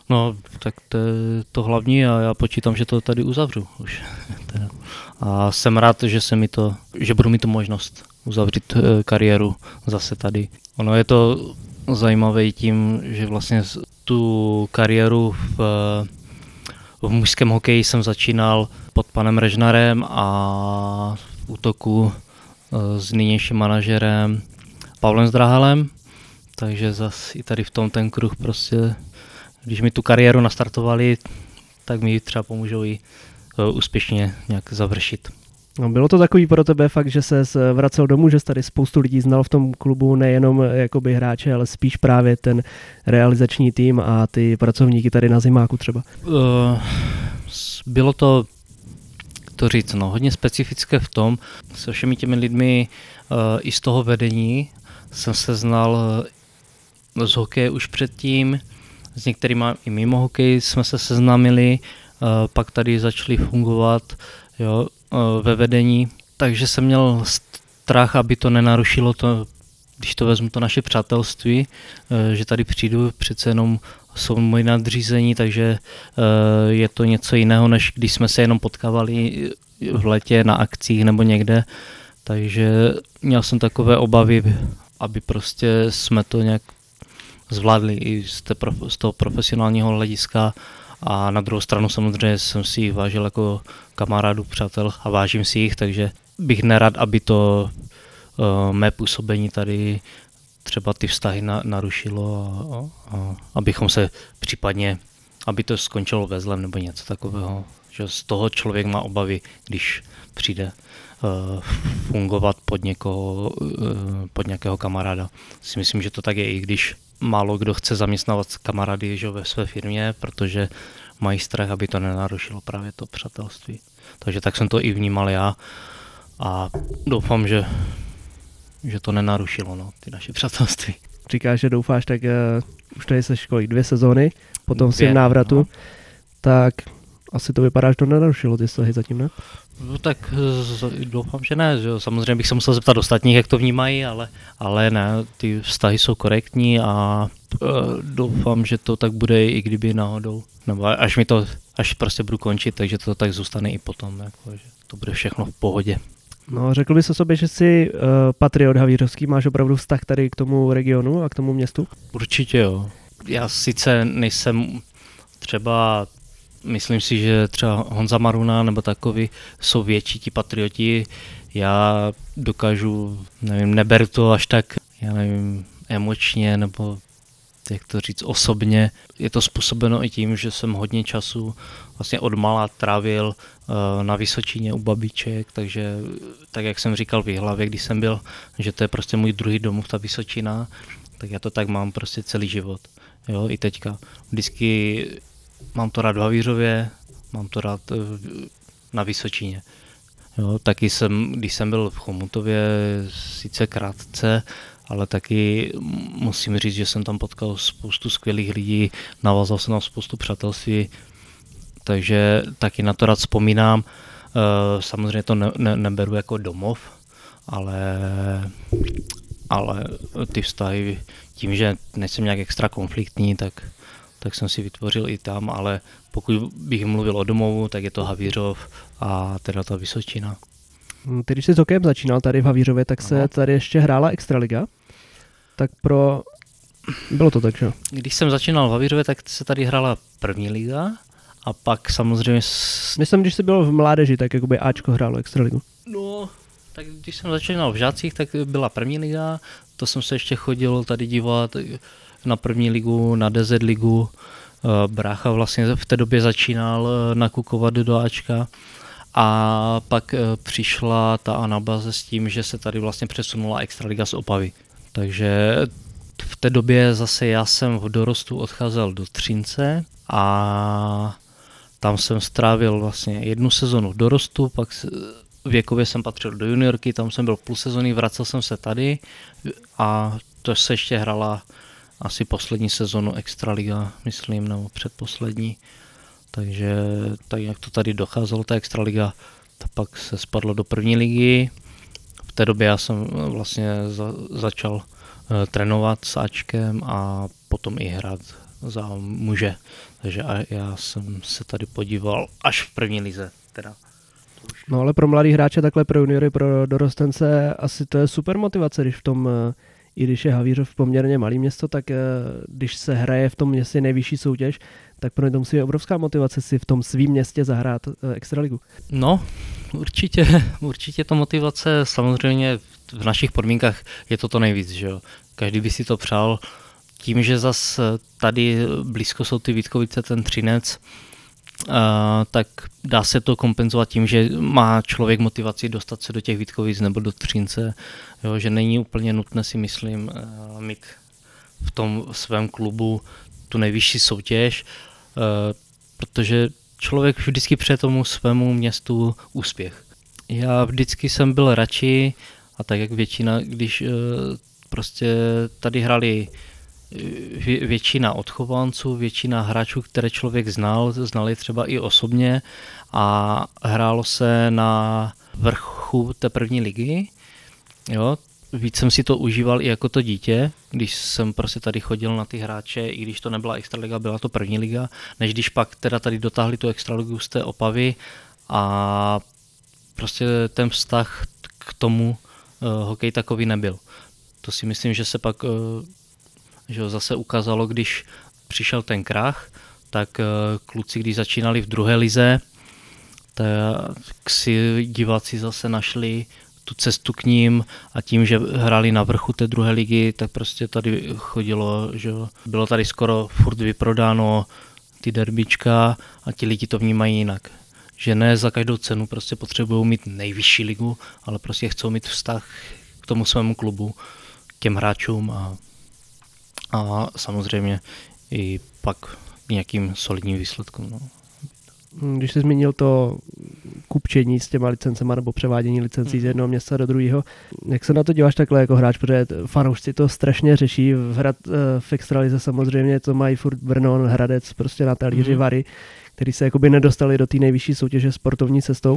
No, tak to je to hlavní a já počítám, že to tady uzavřu už. A jsem rád, že budu mít tu možnost uzavřít kariéru zase tady. Ono je to zajímavé i tím, že vlastně tu kariéru v mužském hokeji jsem začínal pod panem Režnarem a v útoku s nynějším manažerem Pavlem Zdrahalem, takže zase i tady v tom ten kruh prostě, když mi tu kariéru nastartovali, tak mi třeba pomůžou i úspěšně nějak završit. No, bylo to takový pro tebe fakt, že ses vracel domů, že jsi tady spoustu lidí znal v tom klubu, nejenom jakoby hráče, ale spíš právě ten realizační tým a ty pracovníky tady na Zimáku třeba? Bylo to říct, hodně specifické v tom, se všemi těmi lidmi i z toho vedení jsem se znal z hokeje už předtím, s některými i mimo hokej jsme se seznámili, pak tady začali fungovat ve vedení, takže jsem měl strach, aby to nenarušilo to, když to vezmu to naše přátelství, že tady přijdu, přece jenom jsou moji nadřízení, takže je to něco jiného, než když jsme se jenom potkávali v létě na akcích nebo někde, takže měl jsem takové obavy, aby prostě jsme to nějak zvládli i z toho profesionálního hlediska. A na druhou stranu samozřejmě jsem si jich vážil jako kamarádů, přátel a vážím si jich, takže bych nerad, aby to mé působení tady třeba ty vztahy narušilo a abychom se případně, aby to skončilo ve zlem nebo něco takového. Že z toho člověk má obavy, když přijde fungovat pod nějakého kamaráda. Si myslím, že to tak je, i když málo kdo chce zaměstnávat kamarády ve své firmě, protože mají strach, aby to nenarušilo právě to přátelství. Takže tak jsem to i vnímal já a doufám, že to nenarušilo ty naše přátelství. Říkáš, že doufáš, tak už tady seš kolik, 2 sezóny, potom si v návratu, tak asi to vypadá, že to nenarušilo ty vztahy zatím, ne? No, tak doufám, že ne. Že samozřejmě bych se musel zeptat ostatních, jak to vnímají, ale ne, ty vztahy jsou korektní a doufám, že to tak bude, i kdyby náhodou. Nebo až prostě budu končit, takže to tak zůstane i potom, jako, že to bude všechno v pohodě. No, řekl bys o sobě, že jsi patriot havířovský, máš opravdu vztah tady k tomu regionu a k tomu městu? Určitě jo. Já sice nejsem třeba, myslím si, že třeba Honza Maruna nebo takový jsou větší ti patrioti. Já dokážu, neberu to až tak, emočně nebo jak to říct, osobně. Je to způsobeno i tím, že jsem hodně času vlastně odmala trávil na Vysočině u babiček, takže tak jak jsem říkal v Jihlavě, když jsem byl, že to je prostě můj druhý domov, ta Vysočina, tak já to tak mám prostě celý život. Jo, i teďka. Vždycky mám to rád v Havířově, mám to rád na Vysočině. Jo, taky když jsem byl v Chomutově, sice krátce, ale taky musím říct, že jsem tam potkal spoustu skvělých lidí, navázal jsem tam spoustu přátelství, takže taky na to rád vzpomínám. Samozřejmě to neberu jako domov, ale ty vztahy, tím, že nejsem nějak extra konfliktní, tak jsem si vytvořil i tam, ale pokud bych mluvil o domovu, tak je to Havířov a teda ta Vysočina. Ty, když jsi s hokejem začínal tady v Havířově, tak se tady ještě hrála Extraliga? Tak bylo to tak, že? Když jsem začínal v Havířově, tak se tady hrála první liga a pak samozřejmě... Myslím, když jsi byl v mládeži, tak jakoby Ačko hrálo Extraligu. No, tak když jsem začínal v Žácích, tak byla první liga, to jsem se ještě chodil tady dívat na první ligu, na DZ ligu. Brácha vlastně v té době začínal nakukovat do Ačka a pak přišla ta anabáze s tím, že se tady vlastně přesunula Extraliga z Opavy. Takže v té době zase já jsem v dorostu odcházel do Třince a tam jsem strávil vlastně 1 sezonu v dorostu, pak věkově jsem patřil do juniorky, tam jsem byl půl sezony, vracel jsem se tady a to se ještě hrala asi poslední sezonu Extraliga, myslím, nebo předposlední. Takže tak jak to tady docházelo, ta Extraliga, pak se spadlo do první ligy. V té době já jsem vlastně začal trénovat s Ačkem a potom i hrát za muže. Takže a já jsem se tady podíval až v první lize. Teda. No ale pro mladý hráče, takhle pro juniory, pro dorostence, asi to je super motivace, když v tom, i když je Havířov poměrně malý město, tak když se hraje v tom městě nejvyšší soutěž, tak pro ně to musí být obrovská motivace si v tom svým městě zahrát extraligu. No, určitě to motivace, samozřejmě v našich podmínkách je to nejvíc, že jo. Každý by si to přál, tím, že zas tady blízko jsou ty Vítkovice, ten Třinec, tak dá se to kompenzovat tím, že má člověk motivaci dostat se do těch Vítkovic nebo do Třince, jo, že není úplně nutné, si myslím, mít v tom svém klubu tu nejvyšší soutěž, protože člověk vždycky přeje tomu svému městu úspěch. Já vždycky jsem byl radši, a tak jak většina, když prostě tady hráli většina odchovanců, většina hráčů, které člověk znali třeba i osobně a hrálo se na vrchu té první ligy. Jo. Víc jsem si to užíval i jako to dítě, když jsem prostě tady chodil na ty hráče, i když to nebyla extraliga, byla to první liga, než když pak teda tady dotáhli tu extraligu z té Opavy a prostě ten vztah k tomu hokej takový nebyl. To si myslím, že se pak že zase ukázalo, když přišel ten krach, tak kluci, když začínali v druhé lize, tak si diváci zase našli tu cestu k ním a tím, že hráli na vrchu té druhé ligy, tak prostě tady chodilo, že bylo tady skoro furt vyprodáno ty derbička a ti lidi to vnímají jinak. Že ne za každou cenu prostě potřebují mít nejvyšší ligu, ale prostě chcou mít vztah k tomu svému klubu, k těm hráčům a samozřejmě i pak nějakým solidním výsledkům. No. Když jsi zmínil to kupčení s těma licencema nebo převádění licencí z jednoho města do druhého, jak se na to díváš takhle jako hráč, protože fanoušci to strašně řeší, v extralize samozřejmě to mají furt Brno, Hradec, prostě na talíři Vary, který se jakoby nedostali do té nejvyšší soutěže sportovní cestou.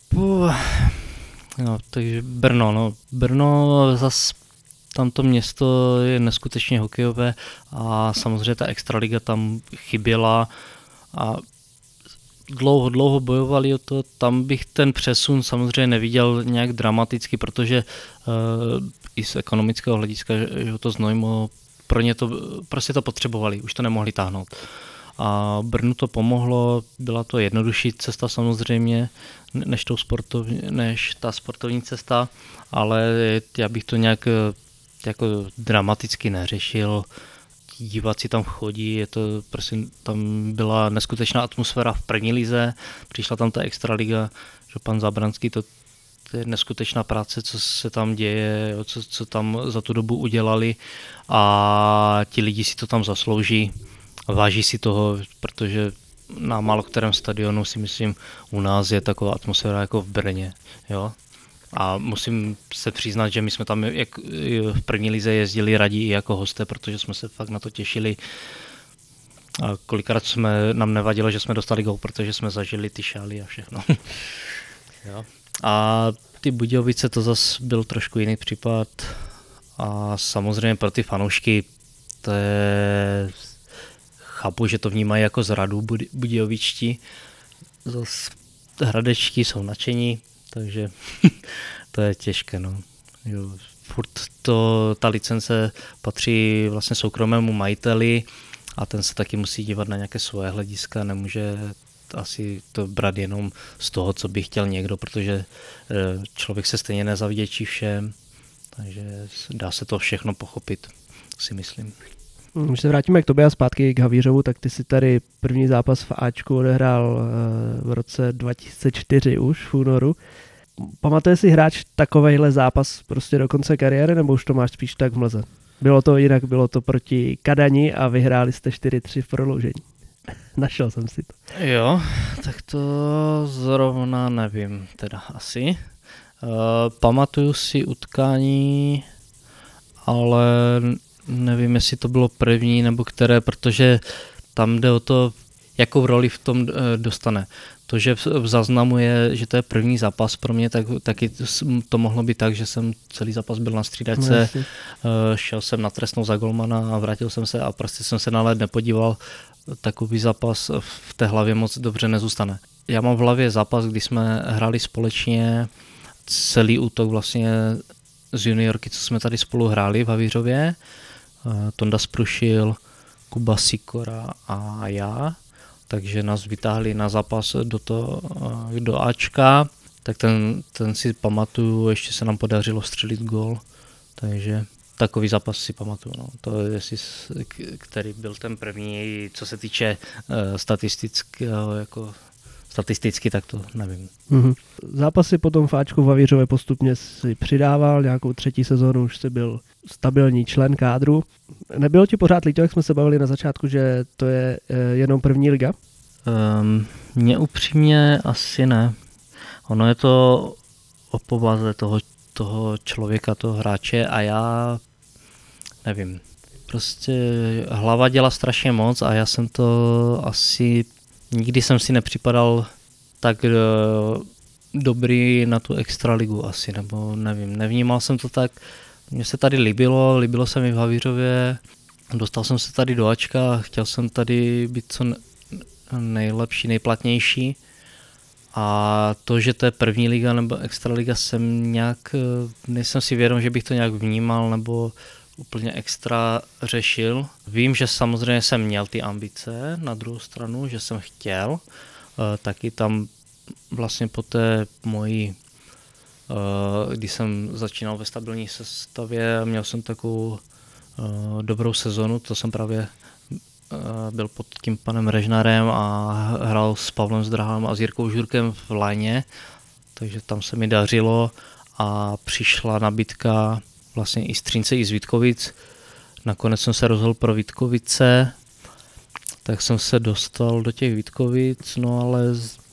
No, takže Brno zas tamto město je neskutečně hokejové a samozřejmě ta extraliga tam chyběla a dlouho bojovali o to, tam bych ten přesun samozřejmě neviděl nějak dramaticky, protože i z ekonomického hlediska, že to Znojmo, pro ně to prostě to potřebovali, už to nemohli táhnout. A Brnu to pomohlo, byla to jednodušší cesta samozřejmě, než ta sportovní cesta, ale já bych to nějak jako dramaticky neřešil. Diváci tam chodí, je to prostě, tam byla neskutečná atmosféra v první lize, přišla tam ta extraliga, že pan Zábranský, to je neskutečná práce, co se tam děje, co tam za tu dobu udělali a ti lidi si to tam zaslouží a váží si toho, protože na málo kterém stadionu si myslím u nás je taková atmosféra jako v Brně, jo. A musím se přiznat, že my jsme tam jak v první lize jezdili raději i jako hosté, protože jsme se fakt na to těšili. A kolikrát nám nevadilo, že jsme dostali gól, protože jsme zažili ty šály a všechno. Jo. A ty Budějovice to zase byl trošku jiný případ. A samozřejmě pro ty fanoušky to je... Chápu, že to vnímají jako zradu budějovičtí. Zase hradečtí jsou nadšení. Takže to je těžké, no. Jo, furt ta licence patří vlastně soukromému majiteli a ten se taky musí dívat na nějaké svoje hlediska, nemůže asi to brát jenom z toho, co by chtěl někdo, protože člověk se stejně nezavděčí všem, takže dá se to všechno pochopit, si myslím. Když se vrátíme k tobě a zpátky k Havířovu, tak ty si tady první zápas v Ačku odehrál v roce 2004 už v únoru. Pamatuje si hráč takovejhle zápas prostě do konce kariéry, nebo už to máš spíš tak v mlze? Bylo to jinak, bylo to proti Kadani a vyhráli jste 4-3 v prodloužení. Našel jsem si to. Jo, tak to zrovna nevím teda asi. Pamatuju si utkání, ale nevím, jestli to bylo první nebo které, protože tam jde o to, jakou roli v tom dostane. to, že v záznamu je, že to je první zápas pro mě, tak taky to mohlo být tak, že jsem celý zápas byl na střídačce, šel jsem na trestnou za golmana a vrátil jsem se a prostě jsem se na led nepodíval. Takový zápas v té hlavě moc dobře nezůstane. Já mám v hlavě zápas, kdy jsme hráli společně celý útok vlastně z juniorky, co jsme tady spolu hráli v Havířově. Tonda Sprušil, Kuba Sikora a já. Takže nás vytáhli na zápas do Ačka, tak ten si pamatuju, ještě se nám podařilo střelit gól, takže takový zápas si pamatuju. No. To je, který byl ten první, co se týče statisticky, tak to nevím. Mm-hmm. Zápasy potom v Ačku v Havířově postupně si přidával, nějakou 3. sezónu už jsi byl stabilní člen kádru. Nebylo ti pořád líto, jak jsme se bavili na začátku, že to je jenom první liga? Mně upřímně asi ne. Ono je to o povaze toho člověka, toho hráče a já nevím. Prostě hlava dělá strašně moc a já jsem to asi nikdy jsem si nepřipadal tak dobrý na tu extraligu asi, nebo nevím, nevnímal jsem to tak. Mně se tady líbilo se mi v Havířově, dostal jsem se tady do Ačka, chtěl jsem tady být co nejlepší, nejplatnější a to, že to je první liga nebo extraliga, nejsem si vědom, že bych to nějak vnímal nebo úplně extra řešil. Vím, že samozřejmě jsem měl ty ambice na druhou stranu, že jsem chtěl, taky tam vlastně po té mojí, když jsem začínal ve stabilní sestavě, měl jsem takovou dobrou sezonu, to jsem právě byl pod tím panem Režnarem a hrál s Pavlem Zdrahalem a s Jirkou Žurkem v Lajně, takže tam se mi dařilo a přišla nabídka vlastně i z Třince, i z Vítkovic. Nakonec jsem se rozhodl pro Vítkovice, tak jsem se dostal do těch Vítkovic, no ale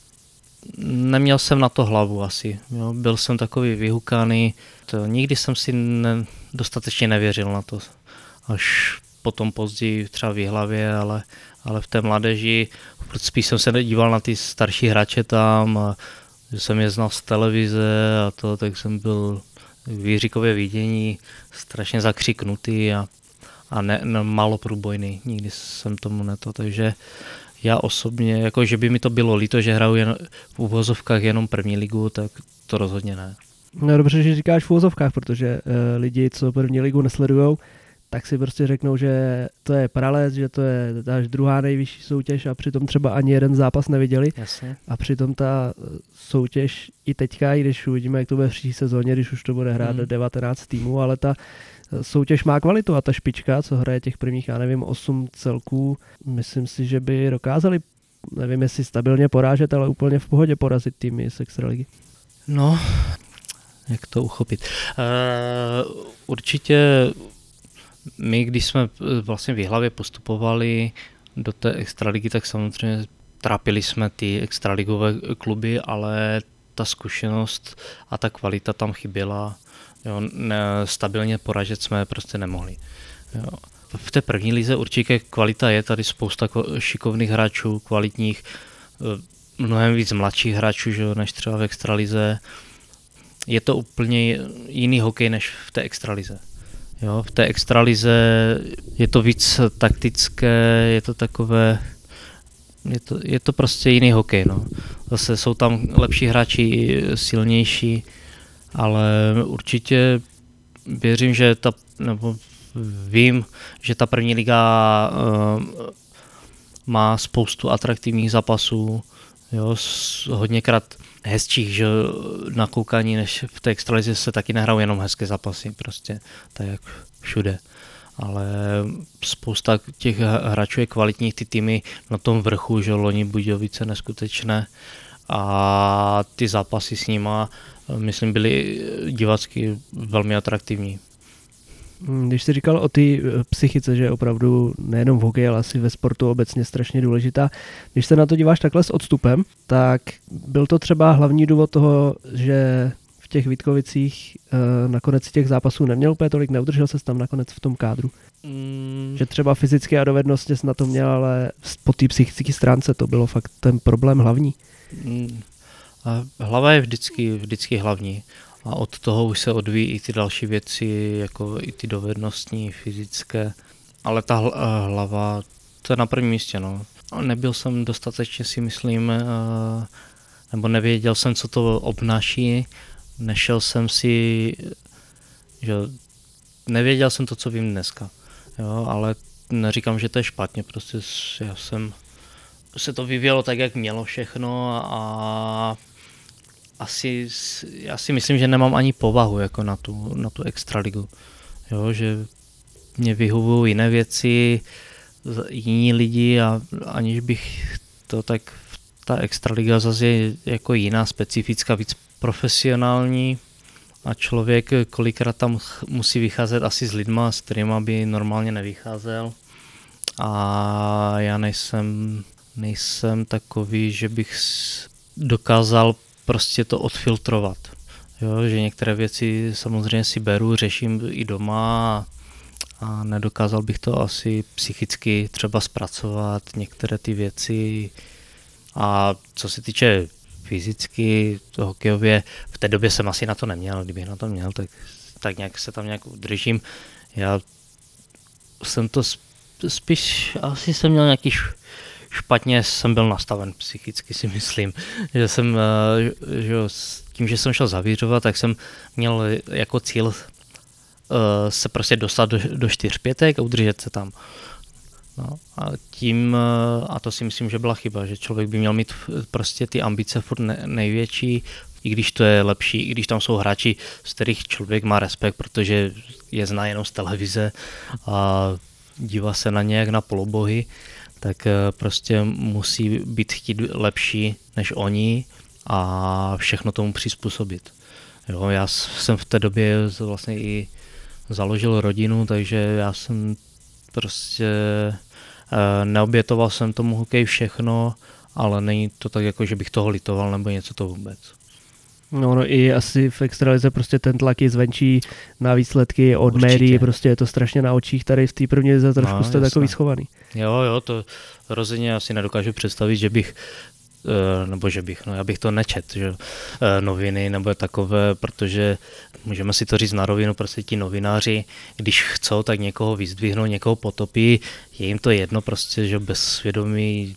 neměl jsem na to hlavu asi. Jo. Byl jsem takový vyhukaný, nikdy jsem si dostatečně nevěřil na to. Až potom později třeba v Jihlavě, ale v té mládeži spíš jsem se díval na ty starší hráče tam, a že jsem je znal z televize a to, tak jsem byl v Jiříkově vidění strašně zakřiknutý a málo průbojný. Nikdy jsem tomu neto, takže já osobně, jako že by mi to bylo líto, že hraju jen v uvozovkách jenom první ligu, tak to rozhodně ne. No dobře, že říkáš v uvozovkách, protože lidi, co první ligu nesledujou, tak si prostě řeknou, že to je paralel, že to je až druhá nejvyšší soutěž a přitom třeba ani jeden zápas neviděli. Jasně. A přitom ta soutěž i teďka, i když uvidíme, jak to bude v příští sezóně, když už to bude hrát 19 týmů, ale ta soutěž má kvalitu a ta špička, co hraje těch prvních, já nevím, 8 celků, myslím si, že by dokázali, nevím jestli stabilně porážet, ale úplně v pohodě porazit týmy z extraligy. No, jak to uchopit. Určitě my, když jsme vlastně v Jihlavě postupovali do té extraligy, tak samozřejmě trápili jsme ty extraligové kluby, ale ta zkušenost a ta kvalita tam chyběla. Jo, stabilně poražet jsme prostě nemohli. Jo. V té první lize určitě kvalita je, tady spousta šikovných hráčů, kvalitních, mnohem víc mladších hráčů, že, než třeba v extralize. Je to úplně jiný hokej než v té extralize. Jo, v té extralize je to víc taktické, je to takové, je to prostě jiný hokej. No. Zase jsou tam lepší hráči, silnější, ale určitě věřím, že vím, že ta první liga má spoustu atraktivních zápasů, jo, hodněkrát hezčích, že na koukání, než v té extralize se taky nehrajou jenom hezké zápasy, prostě tak jak všude. Ale spousta těch hráčů je kvalitních, ty týmy na tom vrchu, že Loni Budějovice neskutečné a ty zápasy s nima, myslím, byly divácky velmi atraktivní. Když jsi říkal o té psychice, že je opravdu nejenom v hokeji, ale asi ve sportu obecně strašně důležitá. Když se na to díváš takhle s odstupem, tak byl to třeba hlavní důvod toho, že v těch Vítkovicích nakonec těch zápasů neměl úplně tolik, neudržel ses tam nakonec v tom kádru? Že třeba fyzicky a dovednostně jsi na to měl, ale po té psychické stránce to bylo fakt ten problém hlavní. A hlava je vždycky hlavní. A od toho už se odvíjí i ty další věci, jako i ty dovednostní, fyzické. Ale ta hlava, to je na prvním místě, no. Nebyl jsem dostatečně, si myslím, nebo nevěděl jsem, co to obnáší. Nešel jsem si, že nevěděl jsem to, co vím dneska. Jo, ale neříkám, že to je špatně, prostě se to vyvíjelo tak, jak mělo všechno a já si myslím, že nemám ani povahu jako na tu extraligu. Jo, že mě vyhovují jiné věci, jiní lidi a aniž bych to tak, ta extraliga zase je jako jiná, specifická, víc profesionální a člověk kolikrát tam musí vycházet asi s lidma, s kterýma by normálně nevycházel a já nejsem takový, že bych dokázal prostě to odfiltrovat. Jo, že některé věci samozřejmě si beru, řeším i doma a nedokázal bych to asi psychicky třeba zpracovat, některé ty věci. A co se týče fyzicky, to hokejově, v té době jsem asi na to neměl, kdybych na to měl, tak nějak se tam nějak udržím. Já jsem to spíš, asi jsem měl nějaký špatně jsem byl nastaven psychicky, si myslím, že jsem, tím, že jsem šel zavířovat, tak jsem měl jako cíl se prostě dostat do 4-5 a udržet se tam. No, a to si myslím, že byla chyba, že člověk by měl mít prostě ty ambice furt největší, i když to je lepší, i když tam jsou hráči, z kterých člověk má respekt, protože je zná jenom z televize a dívá se na ně jak na polobohy, tak prostě musí být chtít lepší než oni a všechno tomu přizpůsobit. Jo, já jsem v té době vlastně i založil rodinu, takže já jsem prostě neobětoval jsem tomu hokej všechno, ale není to tak jako, že bych toho litoval nebo něco to vůbec. No i asi v extralize prostě ten tlak je zvenčí na výsledky od médií, prostě je to strašně na očích, tady v té první lize trošku jste takový schovaný. Jo, to rozhodně asi nedokážu představit, já bych to nečet, že noviny nebo takové, protože můžeme si to říct na rovinu, prostě ti novináři, když chcou, tak někoho vyzdvihnou, někoho potopí, je jim to jedno prostě, že bez svědomí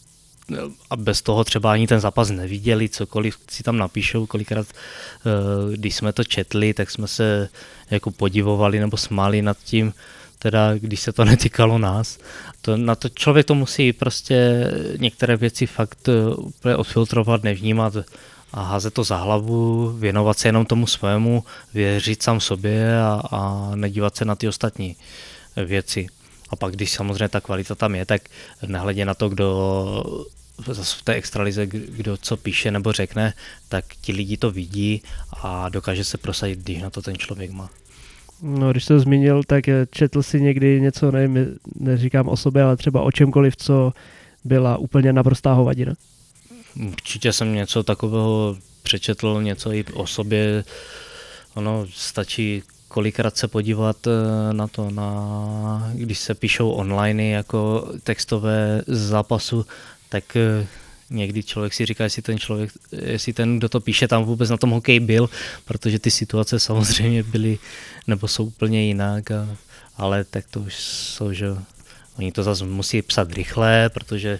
a bez toho třeba ani ten zápas neviděli, cokoliv si tam napíšou, kolikrát, když jsme to četli, tak jsme se jako podivovali nebo smáli nad tím, teda když se to netýkalo nás. Na to člověk to musí prostě některé věci fakt úplně odfiltrovat, nevnímat a házet to za hlavu, věnovat se jenom tomu svému, věřit sám sobě a nedívat se na ty ostatní věci. A pak, když samozřejmě ta kvalita tam je, tak nehledě na to, kdo v té extralize, kdo co píše nebo řekne, tak ti lidi to vidí a dokáže se prosadit, když na to ten člověk má. No, když jsi to zmínil, tak četl si někdy něco, nevím, neříkám o sobě, ale třeba o čemkoliv, co byla úplně naprostá hovadina? Určitě jsem něco takového přečetl, něco i o sobě. Ono stačí kolikrát se podívat na to, když se píšou online jako textové z zápasu, tak někdy člověk si říká, jestli ten, kdo to píše, tam vůbec na tom hokeji byl, protože ty situace samozřejmě byly, nebo jsou úplně jinak, ale tak to už jsou, že oni to zase musí psat rychle, protože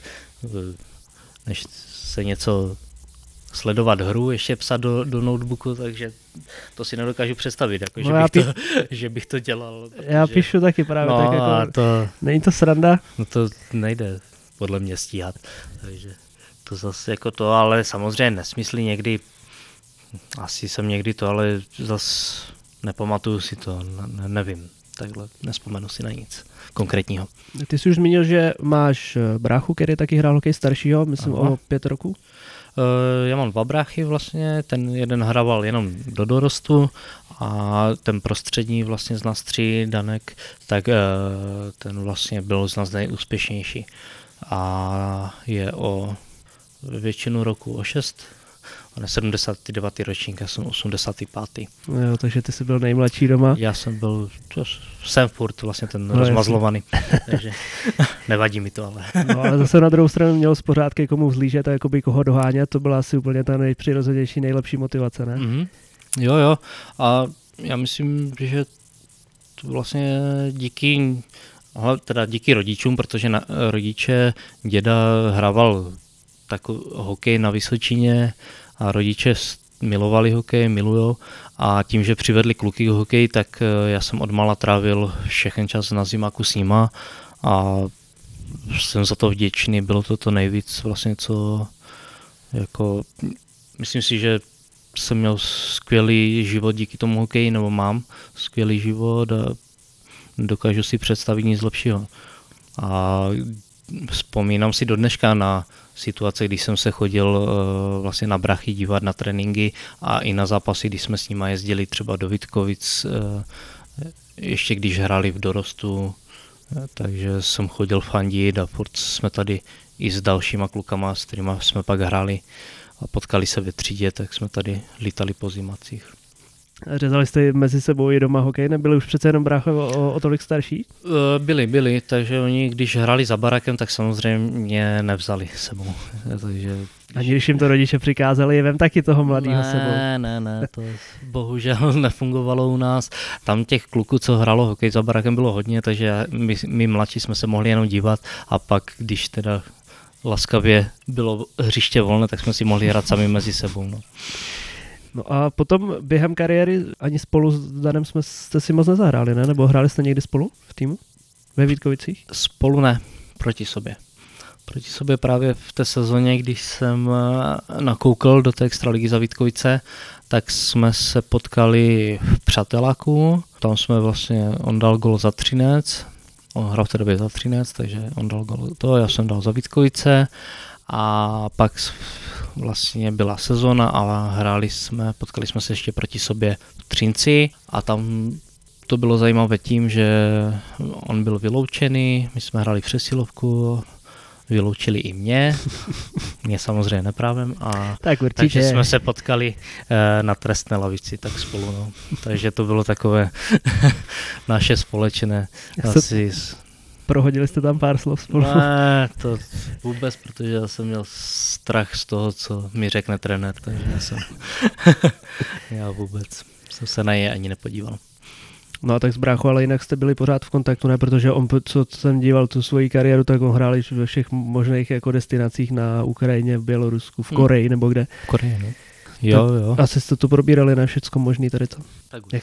než se něco sledovat hru, ještě psat do notebooku, takže to si nedokážu představit, jako, že bych to dělal. Protože... Já píšu taky právě, no, tak jako, není to sranda? No to nejde podle mě stíhat, takže to zase jako to, ale samozřejmě nesmyslí někdy, asi jsem někdy to, ale zase nepamatuju si to, nevím, takhle nespomenu si na nic konkrétního. Ty jsi už zmínil, že máš bráchu, který taky hrál hokej staršího, myslím o 5 roků? Já mám 2 bráchy vlastně, ten jeden hrával jenom do dorostu a ten prostřední vlastně z nás 3, Danek, tak ten vlastně byl z nás nejúspěšnější a je o většinu roku o 6 On je 79. ročník, já jsem 85. Jo, takže ty jsi byl nejmladší doma. Já jsem furt vlastně ten rozmazlovaný, takže nevadí mi to, ale. No, ale zase na druhou stranu měl z pořádky komu vzlížet a jakoby koho dohánět, to byla asi úplně ta nejpřirozenější, nejlepší motivace, ne? Mm-hmm. Jo, a já myslím, že to vlastně díky rodičům, protože rodiče, děda hrával hokej na Vysočině a rodiče milovali hokej, milujou a tím, že přivedli kluky k hokeji, tak já jsem odmala trávil všechen čas na zimáku s nima a jsem za to vděčný, bylo to nejvíc vlastně, co jako, myslím si, že jsem měl skvělý život díky tomu hokeji, nebo mám skvělý život a dokážu si představit nic lepšího. A vzpomínám si do dneška na situace, když jsem se chodil vlastně na brachy dívat na tréninky a i na zápasy, když jsme s nimi jezdili třeba do Vítkovic, ještě když hráli v dorostu, takže jsem chodil fandit a furt jsme tady i s dalšíma klukama, s kterými jsme pak hráli a potkali se ve třídě, tak jsme tady lítali po zimacích. Řezali jste mezi sebou i doma hokej? Nebyli už přece jenom bráchové o tolik starší? Byli, takže oni, když hráli za barakem, tak samozřejmě nevzali sebou. Takže... Ani když jim to rodiče přikázali, vem taky toho mladého sebou. Ne, to bohužel nefungovalo u nás. Tam těch kluků, co hrálo hokej za barakem, bylo hodně, takže my mladší jsme se mohli jenom dívat a pak, když teda laskavě bylo hřiště volné, tak jsme si mohli hrát sami mezi sebou. No a potom během kariéry ani spolu s Danem jste si moc nezahráli, ne? Nebo hráli jste někdy spolu v týmu? Ve Vítkovicích? Spolu ne, proti sobě. Proti sobě právě v té sezóně, když jsem nakoukal do té extraligy za Vítkovice, tak jsme se potkali v Přáteláku. Tam jsme vlastně, on dal gol za Třinec, on hrál v té době za Třinec, takže on dal gol to, já jsem dal za Vítkovice a pak vlastně byla sezóna a potkali jsme se ještě proti sobě v Třinci a tam to bylo zajímavé tím, že on byl vyloučený, my jsme hráli přesilovku, vyloučili i mě samozřejmě neprávem a takže jsme se potkali na trestné lavici tak spolu, no. Takže to bylo takové naše společné asi. Prohodili jste tam pár slov spolu? Ne, to vůbec, protože já jsem měl strach z toho, co mi řekne trenér, takže já vůbec jsem se na něj ani nepodíval. No a tak s bráchou, ale jinak jste byli pořád v kontaktu, ne? Protože on, co jsem díval tu svoji kariéru, tak on hrál ve všech možných jako destinacích na Ukrajině, v Bělorusku, v Koreji nebo kde. V Koreji, no. Jo. Asi jste to probírali na všecko možný tady to. Jak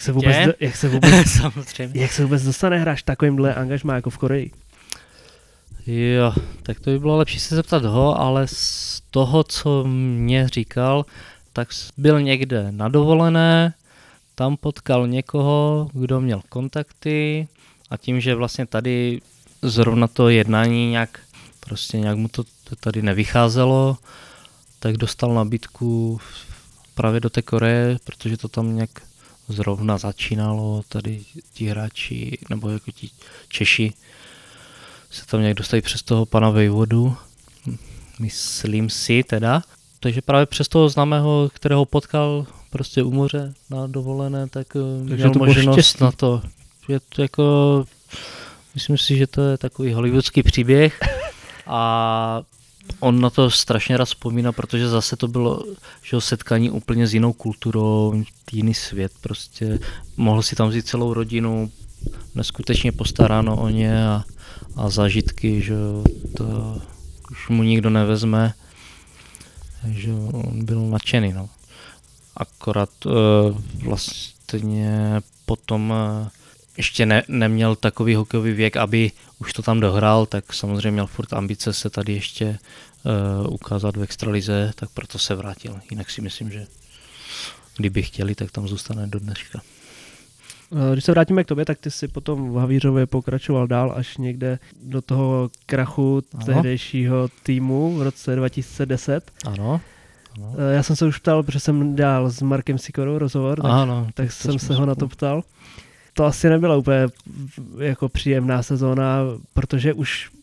se vůbec dostane hráč takovýmhle angažmá jako v Koreji? Jo, tak to by bylo lepší se zeptat ho, ale z toho, co mě říkal, tak byl někde na dovolené, tam potkal někoho, kdo měl kontakty a tím, že vlastně tady zrovna to jednání nějak mu to tady nevycházelo, tak dostal nabídku právě do té Koreje, protože to tam nějak zrovna začínalo, tady ti hráči, nebo jako ti Češi se tam nějak dostali přes toho pana Vejvodu, myslím si teda. Takže právě přes toho známého, kterého potkal prostě u moře na dovolené, tak měl možnost na to. Je to jako, myslím si, že to je takový hollywoodský příběh a on na to strašně rád vzpomíná, protože zase to bylo setkání úplně s jinou kulturou, jiný svět prostě. Mohl si tam vzít celou rodinu, neskutečně postaráno o ně a zážitky, že to už mu nikdo nevezme. Takže on byl nadšený, no. Akorát vlastně potom ještě neměl takový hokejový věk, aby už to tam dohrál, tak samozřejmě měl furt ambice se tady ještě ukázat v extralize, tak proto se vrátil. Jinak si myslím, že kdyby chtěli, tak tam zůstane do dneška. Když se vrátíme k tobě, tak ty si potom v Havířově pokračoval dál až někde do toho krachu tehdejšího týmu v roce 2010. Ano. Já jsem se už ptal, protože jsem dal s Markem Sikorou rozhovor, tak jsem se ho na to ptal. To asi nebyla úplně jako příjemná sezóna, protože už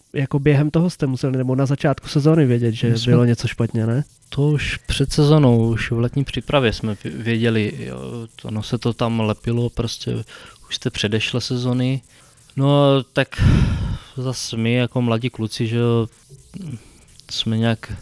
jako během toho jste museli, nebo na začátku sezóny vědět, že bylo něco špatně, ne? To už před sezónou, už v letní přípravě jsme věděli, jo, ono se to tam lepilo, prostě už jste předešle sezony. No tak zase my jako mladí kluci, že jsme nějak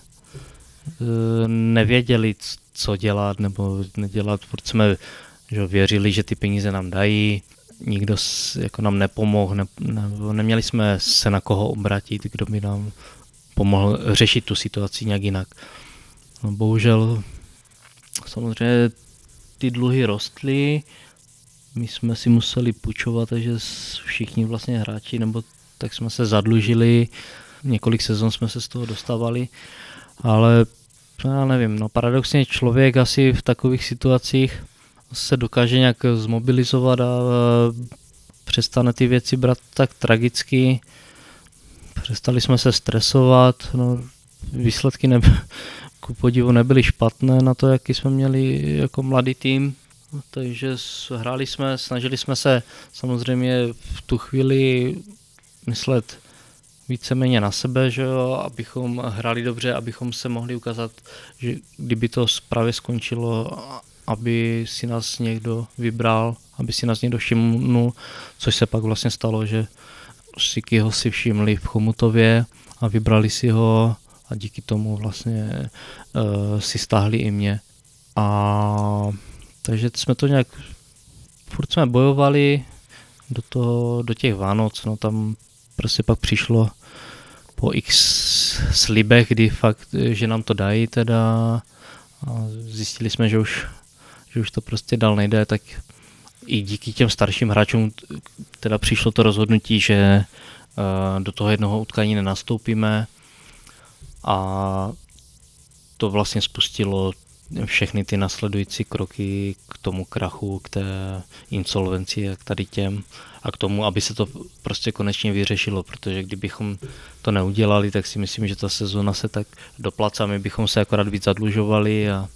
nevěděli, co dělat nebo nedělat, protože jsme že věřili, že ty peníze nám dají, nikdo jako nám nepomohl, neměli jsme se na koho obrátit, kdo by nám pomohl řešit tu situaci nějak jinak. No, bohužel samozřejmě ty dluhy rostly, my jsme si museli půjčovat, takže všichni vlastně hráči, nebo tak jsme se zadlužili, několik sezon jsme se z toho dostávali, ale já nevím, no paradoxně člověk asi v takových situacích se dokáže nějak zmobilizovat a přestane ty věci brát tak tragicky. Přestali jsme se stresovat, no, výsledky ku podivu nebyly špatné na to, jaký jsme měli jako mladý tým. Takže hráli jsme, snažili jsme se samozřejmě v tu chvíli myslet víceméně na sebe, že jo, abychom hráli dobře, abychom se mohli ukázat, že kdyby to právě skončilo, aby si nás někdo vybral, aby si nás někdo všimnul, což se pak vlastně stalo, že Sikyho si všimli v Chomutově a vybrali si ho a díky tomu vlastně si stáhli i mě. A takže jsme to nějak, furt jsme bojovali do těch Vánoc, no tam prostě pak přišlo po x slibech, kdy fakt, že nám to dají teda a zjistili jsme, že už to prostě dál nejde, tak i díky těm starším hráčům teda přišlo to rozhodnutí, že do toho jednoho utkání nenastoupíme a to vlastně spustilo všechny ty nasledující kroky k tomu krachu, k té insolvenci a k tady těm a k tomu, aby se to prostě konečně vyřešilo, protože kdybychom to neudělali, tak si myslím, že ta sezóna se tak doplácá, my bychom se akorát víc zadlužovali a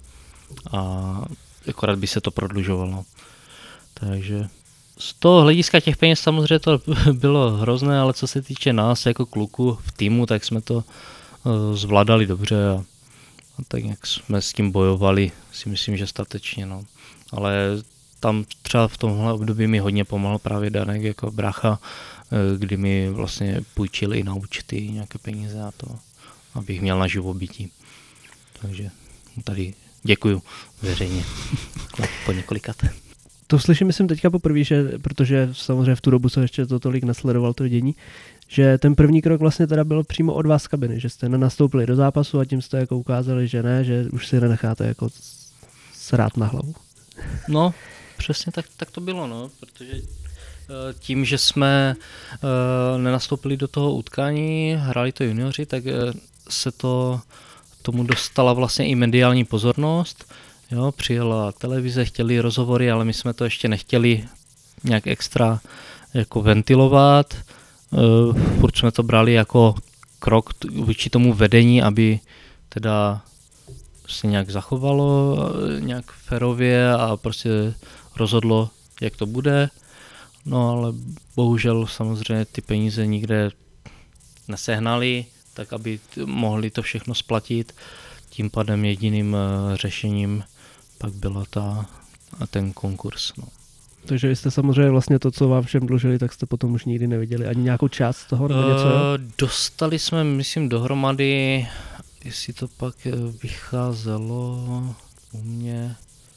akorát by se to prodlužovalo. Takže z toho hlediska těch peněz samozřejmě to bylo hrozné, ale co se týče nás jako kluků v týmu, tak jsme to zvládali dobře a tak jak jsme s tím bojovali, si myslím, že statečně. No. Ale tam třeba v tomhle období mi hodně pomohl právě Danek jako brácha, kdy mi vlastně půjčil i na účty nějaké peníze a to, abych měl na živobytí. Takže tady děkuju veřejně po několikáté. To slyším, myslím, teďka poprvé, že, protože samozřejmě v tu dobu jsem ještě to tolik nesledoval to dění, že ten první krok vlastně teda byl přímo od vás z kabiny, že jste nenastoupili do zápasu a tím jste jako ukázali, že ne, že už si nenecháte jako srát na hlavu. No, přesně tak to bylo, no, protože tím, že jsme nenastoupili do toho utkání, hráli to junioři, tak se tomu dostala vlastně i mediální pozornost. Jo, přijela televize, chtěli rozhovory, ale my jsme to ještě nechtěli nějak extra jako ventilovat. Furt jsme to brali jako krok vůči tomu vedení, aby teda se nějak zachovalo nějak férově a prostě rozhodlo, jak to bude. No ale bohužel samozřejmě ty peníze nikde nesehnali, tak aby mohli to všechno splatit. Tím pádem jediným řešením pak byla ten konkurs. No. Takže jste samozřejmě vlastně to, co vám všem dlužili, tak jste potom už nikdy neviděli ani nějakou část z toho nebo něco? Dostali jsme, myslím, dohromady, jestli to pak vycházelo u mě,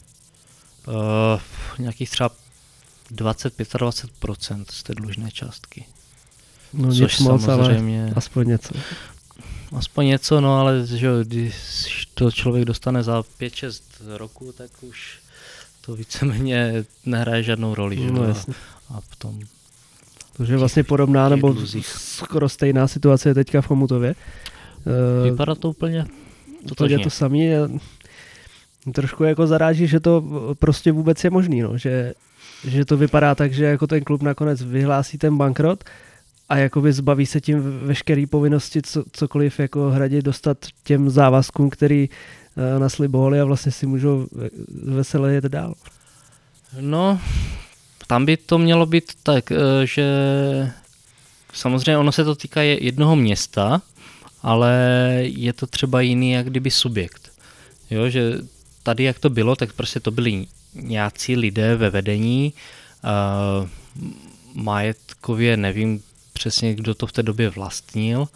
nějakých třeba 20-25% z té dlužné částky. No nic moc, ale aspoň něco. Aspoň něco, no ale že, když to člověk dostane za 5-6 roků, tak už to víceméně nehraje žádnou roli. Že? No, jasně. A potom takže je vlastně podobná nebo skoro stejná situace je teďka v Chomutově. Vypadá to úplně totožně. To samé. Trošku jako zaráží, že to prostě vůbec je možný, no? že to vypadá tak, že jako ten klub nakonec vyhlásí ten bankrot a jakoby zbaví se tím veškerý povinnosti cokoliv jako hradit, dostat těm závazkům, který naslibovali a vlastně si můžou veselé jet dál. No, tam by to mělo být tak, že samozřejmě ono se to týká jednoho města, ale je to třeba jiný jak kdyby subjekt. Jo, že tady jak to bylo, tak prostě to byli nějací lidé ve vedení, majetkově nevím přesně, kdo to v té době vlastnil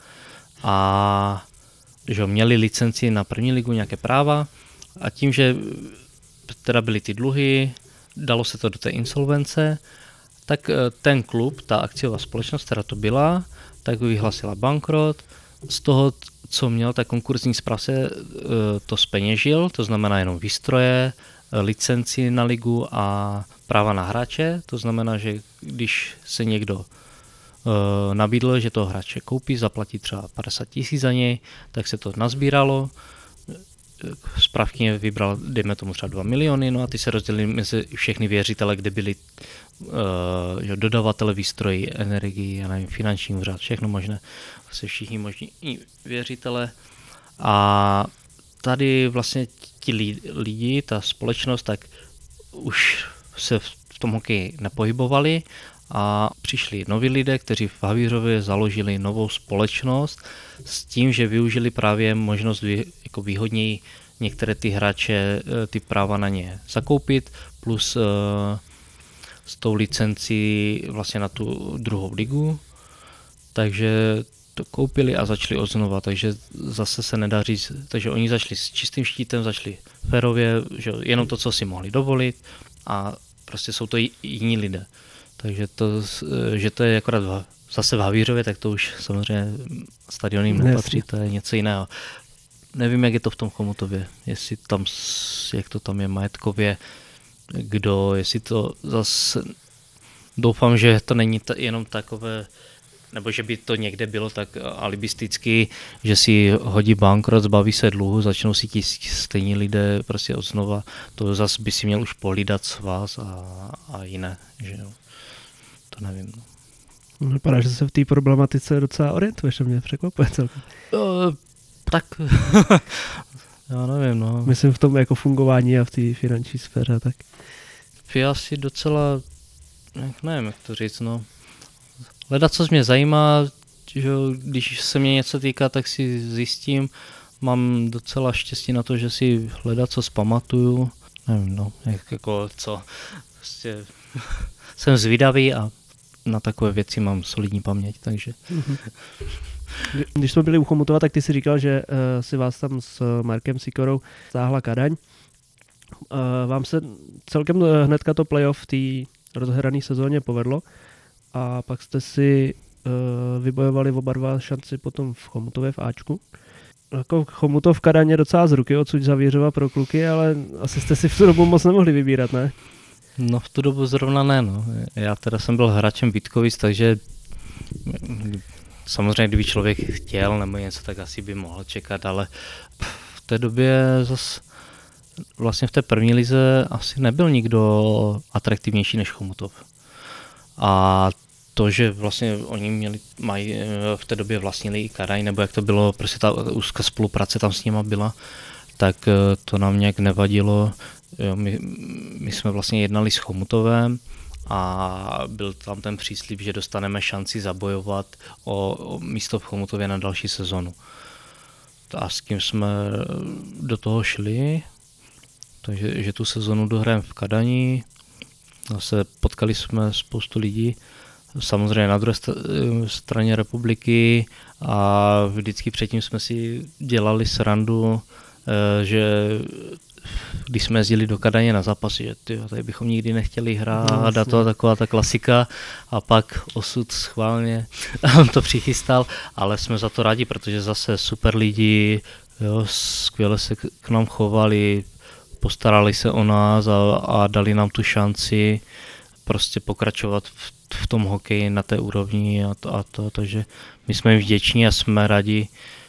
a že měli licenci na první ligu, nějaké práva a tím, že teda byly ty dluhy, dalo se to do té insolvence, tak ten klub, ta akciová společnost, která to byla, tak vyhlásila bankrot. Z toho, co měl, tak konkurzní správce to zpeněžil, to znamená jenom výstroje, licenci na ligu a práva na hráče. To znamená, že když se někdo nabídl, že toho hráče koupí, zaplatí třeba 50 000 za něj, tak se to nazbíralo. Správkyně vybral, dejme tomu třeba 2 miliony, no a ty se rozdělili mezi všechny věřitele, kde byli dodavatele výstrojí, energii, já nevím, finanční úřad, všechno možné, vlastně všichni možní věřitele. A tady vlastně ti lidi, ta společnost, tak už se v tom hokeji nepohybovali a přišli noví lidé, kteří v Havířově založili novou společnost s tím, že využili právě možnost jako výhodněji některé ty hráče, ty práva na ně zakoupit, plus s tou licencí vlastně na tu druhou ligu. Takže to koupili a začali odznova, takže zase se nedá říct, takže oni začali s čistým štítem, začali férově, že jenom to, co si mohli dovolit a prostě jsou to jiní lidé. Takže to, že to je akorát zase v Havířově, tak to už samozřejmě stadioným nepatří, to je něco jiného. Nevím, jak je to v tom Chomutově, jestli tam, jak to tam je majetkově, jestli to zase, doufám, že to není jenom takové, nebo že by to někde bylo tak alibisticky, že si hodí bankrot, zbaví se dluhu, začnou si ti stejní lidé prostě od znova, to zase by si měl už pohlídat svaz a jiné, že jo. To nevím. No. Vypadá, že se v té problematice docela orientuješ, a mě překvapuje celkem. Tak, já nevím, no. Myslím v tom jako fungování a v té finanční sféře, tak. Já si docela, nevím, jak to říct, no. Hledat, co mě zajímá, že když se mě něco týká, tak si zjistím. Mám docela štěstí na to, že si hledat, co zpamatuju. Nevím, no, jako co. Prostě jsem zvídavý a na takové věci mám solidní paměť, takže. Když jsme byli u Chomutova, tak ty si říkal, že si vás tam s Markem Sikorou stáhla Kadaň. Vám se celkem hnedka to playoff v té rozhrané sezóně povedlo a pak jste si vybojovali oba dva šanci potom v Chomutově v Ačku. Jako Chomutov Kadaň je docela z ruky odsud Havířova pro kluky, ale asi jste si v tu dobu moc nemohli vybírat, ne? No v tu dobu zrovna ne, no. Já teda jsem byl hráčem Vítkovic, takže samozřejmě kdyby člověk chtěl nebo něco, tak asi by mohl čekat, ale v té době zase vlastně v té první lize asi nebyl nikdo atraktivnější než Chomutov. A to, že vlastně oni mají v té době vlastnili i Kadaň, nebo jak to bylo, prostě ta úzká spolupráce tam s nima byla, tak to nám nějak nevadilo. Jo, my jsme vlastně jednali s Chomutovem a byl tam ten příslib, že dostaneme šanci zabojovat o místo v Chomutově na další sezonu. A s kým jsme do toho šli, takže že tu sezonu dohrajeme v Kadani. Zase potkali jsme spoustu lidí, samozřejmě na druhé straně republiky a vždycky předtím jsme si dělali srandu, že když jsme jezdili do Kadaně na zápasy, že tady bychom nikdy nechtěli hrát a to taková ta klasika a pak osud schválně to přichystal, ale jsme za to rádi, protože zase super lidi, jo, skvěle se k nám chovali, postarali se o nás a dali nám tu šanci prostě pokračovat v tom hokeji na té úrovni a to, takže my jsme jim vděční a jsme rádi,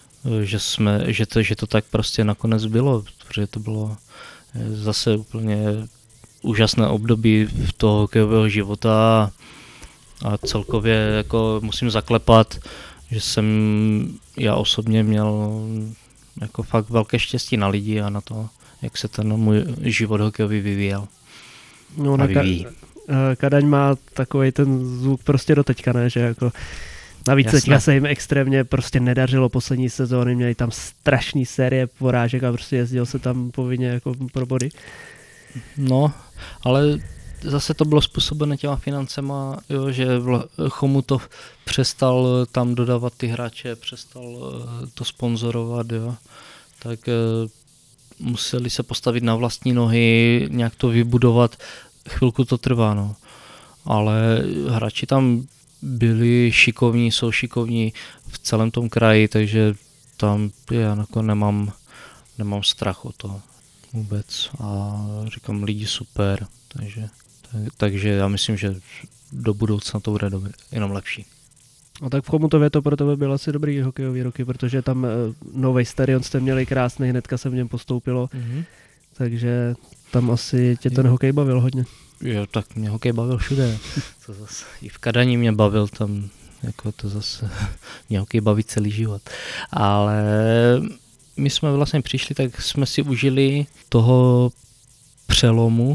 že to tak prostě nakonec bylo, protože to bylo zase úplně úžasné období v toho hokejového života a celkově jako musím zaklepat, že jsem já osobně měl jako fakt velké štěstí na lidi a na to, jak se ten můj život hokejový vyvíjel. No, Kadaň má takovej ten zvuk prostě do teďka, ne, že jako Navíc teďka se jim extrémně prostě nedařilo poslední sezóny, měli tam strašný série porážek a prostě jezdil se tam povinně jako pro body. No, ale zase to bylo způsobené těma financema, jo, že Chomutov přestal tam dodávat ty hráče, přestal to sponzorovat, jo. Tak museli se postavit na vlastní nohy, nějak to vybudovat, chvilku to trvá, no. Ale hráči tam byli šikovní, jsou šikovní v celém tom kraji, takže tam já jako nemám strach o to vůbec a říkám, lidi super, takže já myslím, že do budoucna to bude jenom lepší. A tak v Chomutově to pro tebe byl asi dobrý hokejový roky, protože tam nový stadion jste měli krásný, hnedka se v něm postoupilo, takže tam asi tě ten hokej bavil hodně. Jo, tak mě hokej bavil všude. To zase, i v Kadani mě bavil tam, jako to zase, mě hokej baví celý život. Ale my jsme vlastně přišli, tak jsme si užili toho přelomu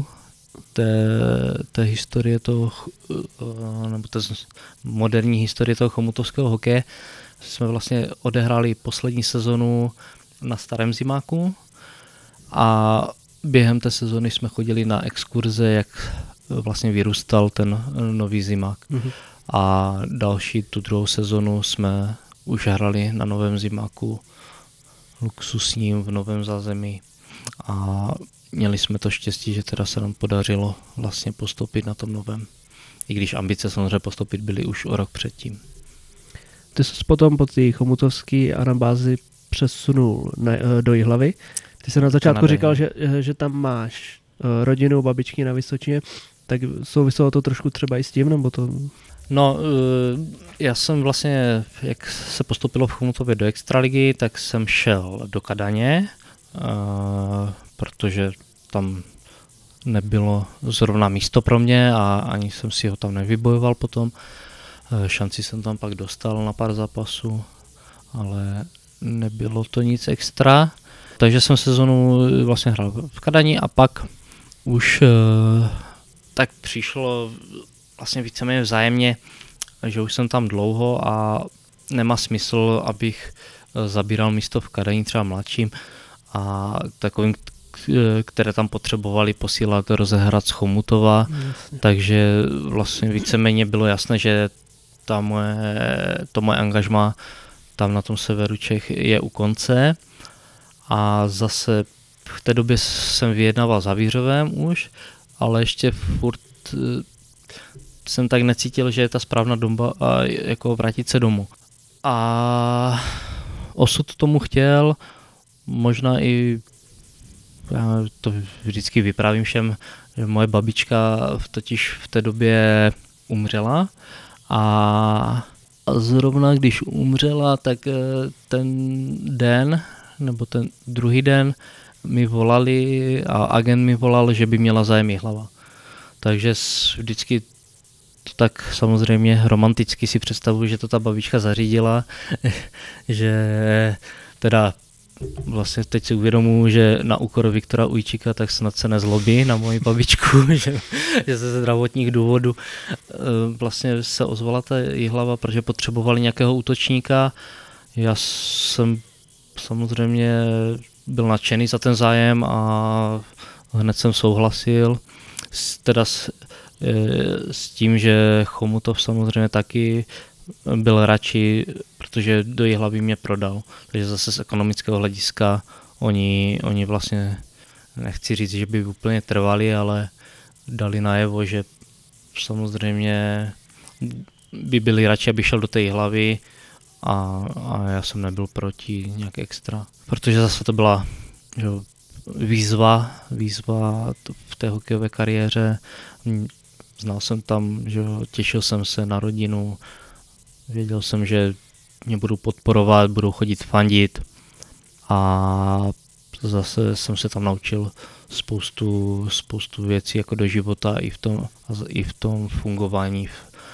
té historie toho, nebo té moderní historie toho chomutovského hokeje. Jsme vlastně odehráli poslední sezonu na starém zimáku a během té sezony jsme chodili na exkurze, jak vlastně vyrůstal ten nový zimák. A tu druhou sezonu jsme už hrali na novém zimáku, luxusním v novém zázemí. A měli jsme to štěstí, že teda se nám podařilo vlastně postoupit na tom novém. I když ambice samozřejmě postoupit byly už o rok předtím. Ty jsi potom po té chomutovské anabázi přesunul do Jihlavy. Ty jsi na začátku říkal, že tam máš rodinu, babičky na Vysočině, tak souviselo to trošku třeba i s tím, nebo to... No, já jsem vlastně, jak se postoupilo v Chomutově do extraligy, tak jsem šel do Kadaně, protože tam nebylo zrovna místo pro mě a ani jsem si ho tam nevybojoval potom. Šanci jsem tam pak dostal na pár zápasů, ale nebylo to nic extra. Takže jsem sezonu vlastně hrál v Kadani a pak už tak přišlo vlastně víceméně vzájemně, že už jsem tam dlouho a nemá smysl, abych zabíral místo v Kadani třeba mladším a takovým, které tam potřebovali posílat rozehrát z Chomutova, takže vlastně víceméně bylo jasné, že to moje angažmá tam na tom severu Čech je u konce. A zase v té době jsem vyjednával za Vířovem už, ale ještě furt jsem tak necítil, že je ta správná doba jako vrátit se domů. A osud tomu chtěl, možná i, já to vždycky vyprávím všem, že moje babička totiž v té době umřela a zrovna když umřela, tak ten den, nebo ten druhý den mi volali a agent mi volal, že by měla zájem Jihlava. Takže vždycky to tak samozřejmě romanticky si představuji, že to ta babička zařídila, že teda vlastně teď si uvědomuji, že na úkor Viktora Ujčíka tak snad se nezlobí na moji babičku, že ze zdravotních důvodů vlastně se ozvala ta Jihlava, protože potřebovali nějakého útočníka. Já jsem samozřejmě byl nadšený za ten zájem a hned jsem souhlasil. Teda s tím, že Chomutov samozřejmě taky byl radši, protože do Jihlavy mě prodal. Takže zase z ekonomického hlediska oni vlastně, nechci říct, že by úplně trvali, ale dali najevo, že samozřejmě by byli radši, aby šel do té Jihlavy a já jsem nebyl proti nějak extra. Protože zase to byla výzva v té hokejové kariéře. Znal jsem tam, že těšil jsem se na rodinu, věděl jsem, že mě budou podporovat, budou chodit fandit a zase jsem se tam naučil spoustu věcí jako do života i v tom fungování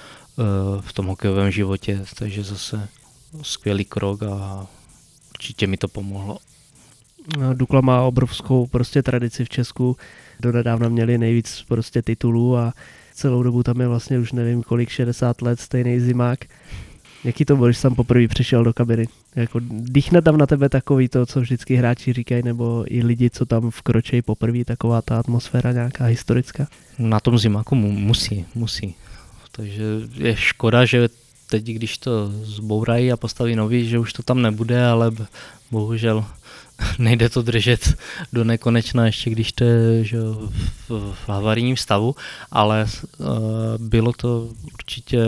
v tom hokejovém životě, takže zase skvělý krok a určitě mi to pomohlo. Dukla má obrovskou prostě tradici v Česku, donedávna měli nejvíc prostě titulů a celou dobu tam je vlastně už nevím kolik, 60 let stejný zimák. Jaký to bylo, když jsem poprvé přišel do kabiny? Jako dýchne tam na tebe takový to, co vždycky hráči říkají, nebo i lidi, co tam vkročejí poprvé, taková ta atmosféra nějaká historická? Na tom zimáku musí. Takže je škoda, že teď, když to zbourají a postaví nový, že už to tam nebude, ale bohužel nejde to držet do nekonečna, ještě když to je že, v havarijním stavu, ale bylo to určitě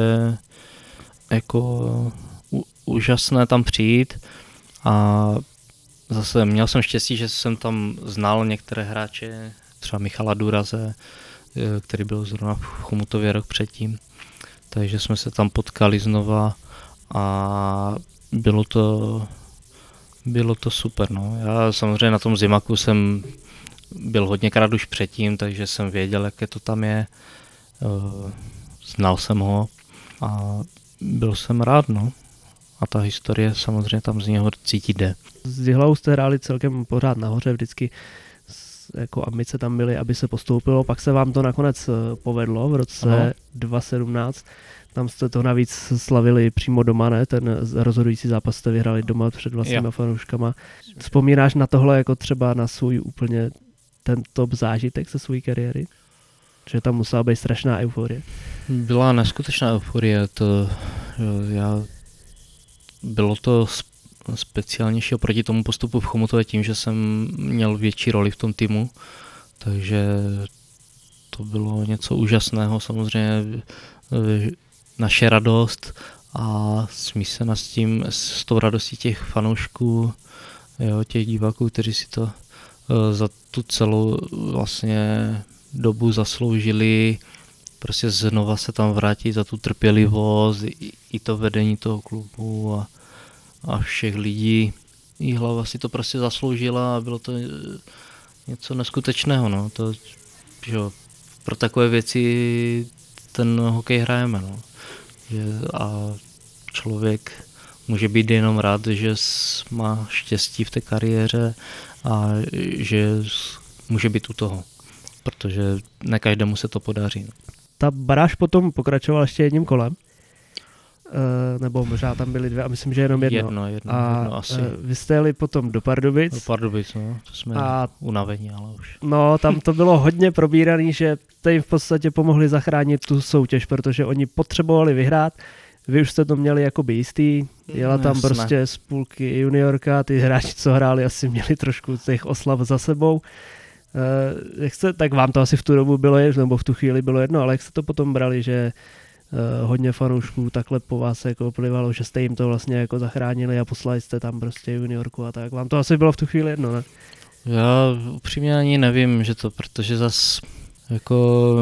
jako úžasné tam přijít a zase měl jsem štěstí, že jsem tam znal některé hráče, třeba Michala Duraze, který byl zrovna v Chomutově rok předtím, takže jsme se tam potkali znova a bylo to super. No. Já samozřejmě na tom zimaku jsem byl hodněkrát už předtím, takže jsem věděl, jaké to tam je, znal jsem ho a byl jsem rád, no. A ta historie samozřejmě tam z něho cítit jde. S Jihlavou jste hráli celkem pořád nahoře, vždycky jako ambice tam byly, aby se postoupilo, pak se vám to nakonec povedlo v roce 2017. Tam jste to navíc slavili přímo doma, ne? Ten rozhodující zápas jste vyhráli doma před vlastníma fanouškama. Vzpomínáš na tohle jako třeba na svůj úplně ten top zážitek ze své kariéry? Že tam musela být strašná euforie. Byla neskutečná euforie. Bylo to speciálnější oproti tomu postupu v Chomutově tím, že jsem měl větší roli v tom týmu, takže to bylo něco úžasného, samozřejmě naše radost a smísená s tou radostí těch fanoušků, jo, těch diváků, kteří si to za tu celou vlastně dobu zasloužili, prostě znova se tam vrátit za tu trpělivost i to vedení toho klubu a všech lidí. Jihlava si to prostě zasloužila a bylo to něco neskutečného. No. To, že pro takové věci ten hokej hrajeme. No. A člověk může být jenom rád, že má štěstí v té kariéře a že může být u toho. Protože ne každému se to podaří. No. Ta baráž potom pokračovala ještě jedním kolem. Nebo možná tam byly dvě, a myslím, že jenom jedno. Jedno asi. Vy jste jeli potom do Pardubic. Do Pardubic, no, to jsme unavení, ale už. No, tam to bylo hodně probíraný, že jste jim v podstatě pomohli zachránit tu soutěž, protože oni potřebovali vyhrát. Vy už jste to měli jakoby jistý, jela tam prostě z půlky juniorka, ty hráči, co hráli, asi měli trošku těch oslav za sebou. Tak vám to asi v tu dobu bylo jedno, nebo v tu chvíli bylo jedno, ale jak jste to potom brali, že hodně fanoušků takhle po vás jako plivalo, že jste jim to vlastně jako zachránili a poslali jste tam prostě juniorku a tak. Vám to asi bylo v tu chvíli jedno, ne? Já upřímně ani nevím, že to, protože zas jako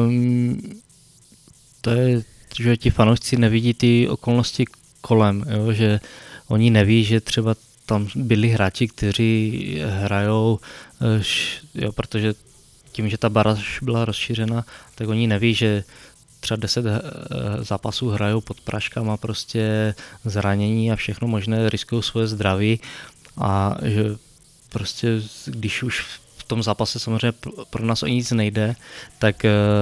to je, že ti fanoušci nevidí ty okolnosti kolem, jo? Že oni neví, že třeba tam byli hráči, kteří hrajou, jo, protože tím, že ta baráž byla rozšířena, tak oni neví, že třeba 10 zápasů hrajou pod praškama, prostě zranění a všechno možné, riskují svoje zdraví a že prostě když už v tom zápase samozřejmě pro nás o nic nejde, tak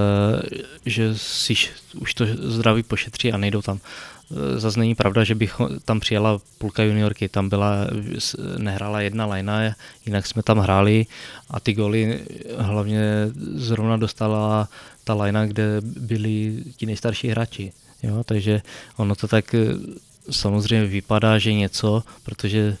že si už to zdraví pošetří a nejdou tam. Zase není pravda, že bych tam přijela půlka juniorky, tam nehrála jedna lajna, jinak jsme tam hráli a ty góly hlavně zrovna dostala ta lajna, kde byli ti nejstarší hráči. Jo? Takže ono to tak samozřejmě vypadá, že něco, protože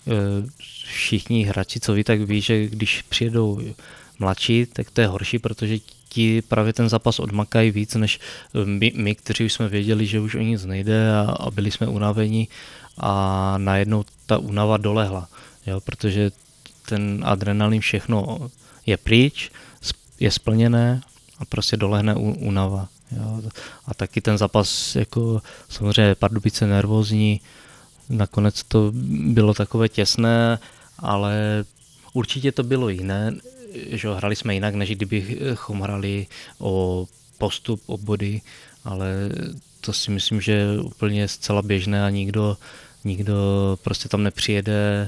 všichni hráči, co ví, tak ví, že když přijedou mladší, tak to je horší, protože ti právě ten zápas odmakají víc, než my, kteří už jsme věděli, že už o nic nejde a byli jsme unavení a najednou ta únava dolehla, jo, protože ten adrenalin všechno je pryč, je splněné a prostě dolehne únava. Jo. A taky ten zápas, jako samozřejmě Pardubice nervózní, nakonec to bylo takové těsné, ale určitě to bylo jiné, že hrali jsme jinak, než kdybychom hrali o postup, o body, ale to si myslím, že je úplně zcela běžné a nikdo prostě tam nepřijede.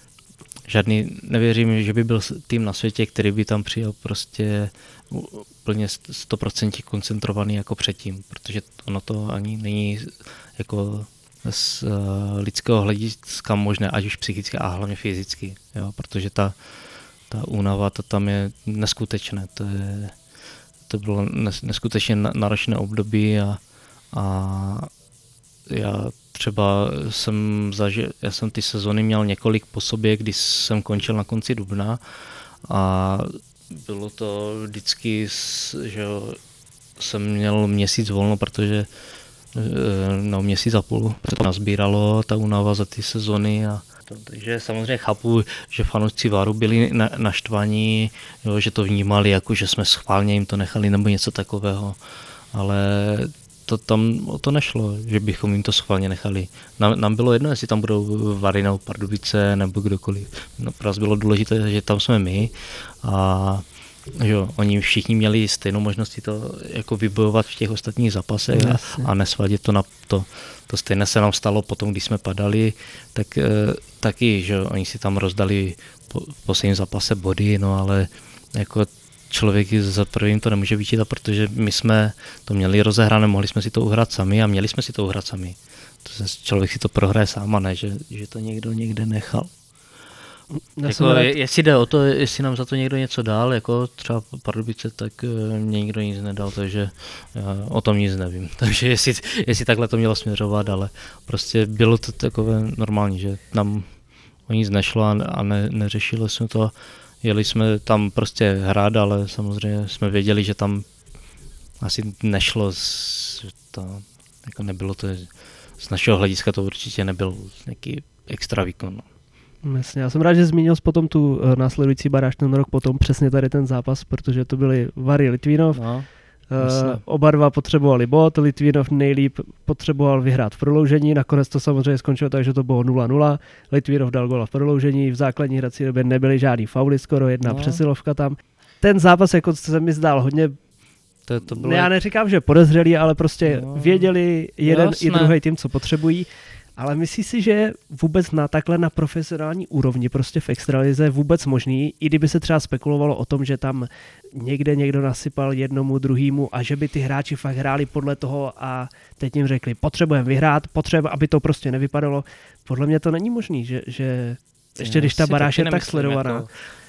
Nevěřím, že by byl tým na světě, který by tam přijel prostě úplně 100% koncentrovaný jako předtím, protože ono to ani není jako z lidského hlediska možné, ať už psychicky a hlavně fyzicky, jo, protože ta únava, to tam je neskutečné, to bylo neskutečně náročné období a já třeba já jsem ty sezony měl několik po sobě, když jsem končil na konci dubna a bylo to vždycky, že jsem měl měsíc volno, protože měsíc a půl, protože to nazbíralo ta únava za ty sezony takže samozřejmě chápu, že fanoušci VARu byli naštvaní, jo, že to vnímali, jako že jsme schválně jim to nechali nebo něco takového, ale tam o to nešlo, že bychom jim to schválně nechali. Nám bylo jedno, jestli tam budou VARy nebo Pardubice nebo kdokoliv. No, pro nás bylo důležité, že tam jsme my a že oni všichni měli stejnou možnost to jako vybojovat v těch ostatních zápasech a nesvadit to na to. To stejné se nám stalo potom, když jsme padali, tak taky, že oni si tam rozdali po posledním zápase body, no ale jako člověk za prvým to nemůže vyčítat, protože my jsme to měli rozehrané, mohli jsme si to uhrát sami a měli jsme si to uhrát sami. Člověk si to prohraje sám a ne, že to někdo někde nechal. Jako, jestli jde o to, jestli nám za to někdo něco dal, jako třeba Pardubice, tak mě nikdo nic nedal, takže já o tom nic nevím. Takže jestli takhle to mělo směřovat, ale prostě bylo to takové normální, že nám o nic nešlo a neřešili jsme to. Jeli jsme tam prostě hrát, ale samozřejmě jsme věděli, že tam asi nešlo, jako nebylo to, z našeho hlediska to určitě nebyl nějaký extra výkon. Jasně, já jsem rád, že zmínil potom tu následující baráž ten rok potom přesně tady ten zápas, protože to byly VARy Litvínov. No, oba dva potřebovali bod, Litvínov nejlíp potřeboval vyhrát v prodloužení, nakonec to samozřejmě skončilo tak, že to bylo 0-0, Litvínov dal gola v prodloužení, v základní hrací době nebyly žádný fauly, skoro jedna přesilovka tam. Ten zápas jako se mi zdál hodně, to bylo... Já neříkám, že podezřelý, ale prostě věděli jeden i druhý tým, co potřebují. Ale myslíš si, že vůbec na profesionální úrovni, prostě v extralize vůbec možný, i kdyby se třeba spekulovalo o tom, že tam někdo nasypal jednomu, druhému a že by ty hráči fakt hráli podle toho a teď jim řekli, potřebujeme vyhrát, aby to prostě nevypadalo. Podle mě to není možný, že ještě když ta baráž je tak sledovaná.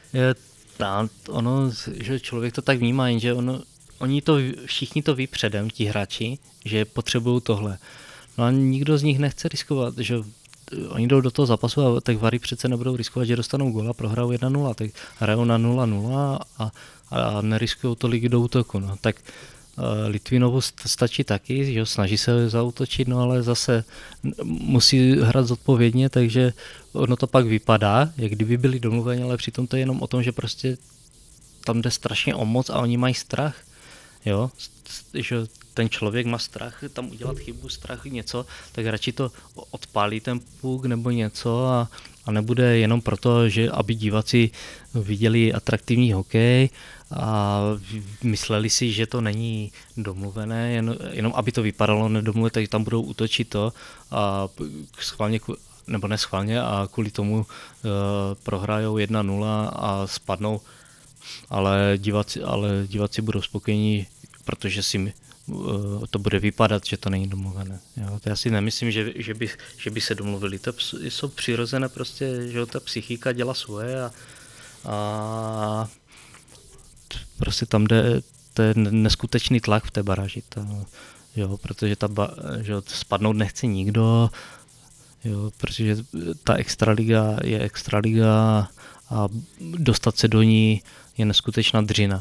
Že člověk to tak vnímá, že všichni to ví předem, ti hráči, že potřebují tohle. No a nikdo z nich nechce riskovat, že oni jdou do toho zápasu a tak VARy přece nebudou riskovat, že dostanou gól a prohrajou 1-0, tak hrajou na 0-0 a neriskují tolik do útoku. No. Tak Litvinovu stačí taky, že snaží se zaútočit, no ale zase musí hrát zodpovědně, takže ono to pak vypadá, jak kdyby byli domluveni, ale přitom to je jenom o tom, že prostě tam jde strašně o moc a oni mají strach, jo, že ten člověk má strach tam udělat chybu, strach něco, tak radši to odpálí ten puk nebo něco a nebude jenom proto, že aby diváci viděli atraktivní hokej a mysleli si, že to není domluvené, jenom aby to vypadalo nedomluvené, tak tam budou útočit to a schválně nebo neschválně a kvůli tomu prohrajou 1-0 a spadnou, ale diváci budou spokojení, protože si to bude vypadat, že to není domluvené. Jo, to já si nemyslím, že by se domluvili. To jsou přirozené prostě, že ta psychika dělá svoje a prostě tam jde ten neskutečný tlak v té baráži. Jo, protože že spadnout nechce nikdo, jo, protože ta extraliga je extraliga a dostat se do ní je neskutečná dřina.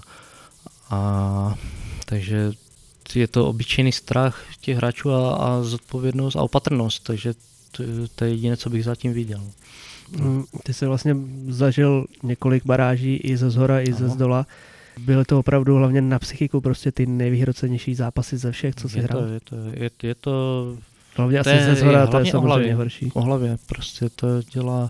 Takže je to obyčejný strach těch hráčů a zodpovědnost a opatrnost, takže to je jediné, co bych zatím viděl. Ty jsi vlastně zažil několik baráží i ze zhora, i ze zdola. Byly to opravdu hlavně na psychiku prostě ty nejvyhrocenější zápasy ze všech, co jsi hrál? Je to hlavně asi ze zhora, to je samozřejmě horší. O hlavě, prostě to dělá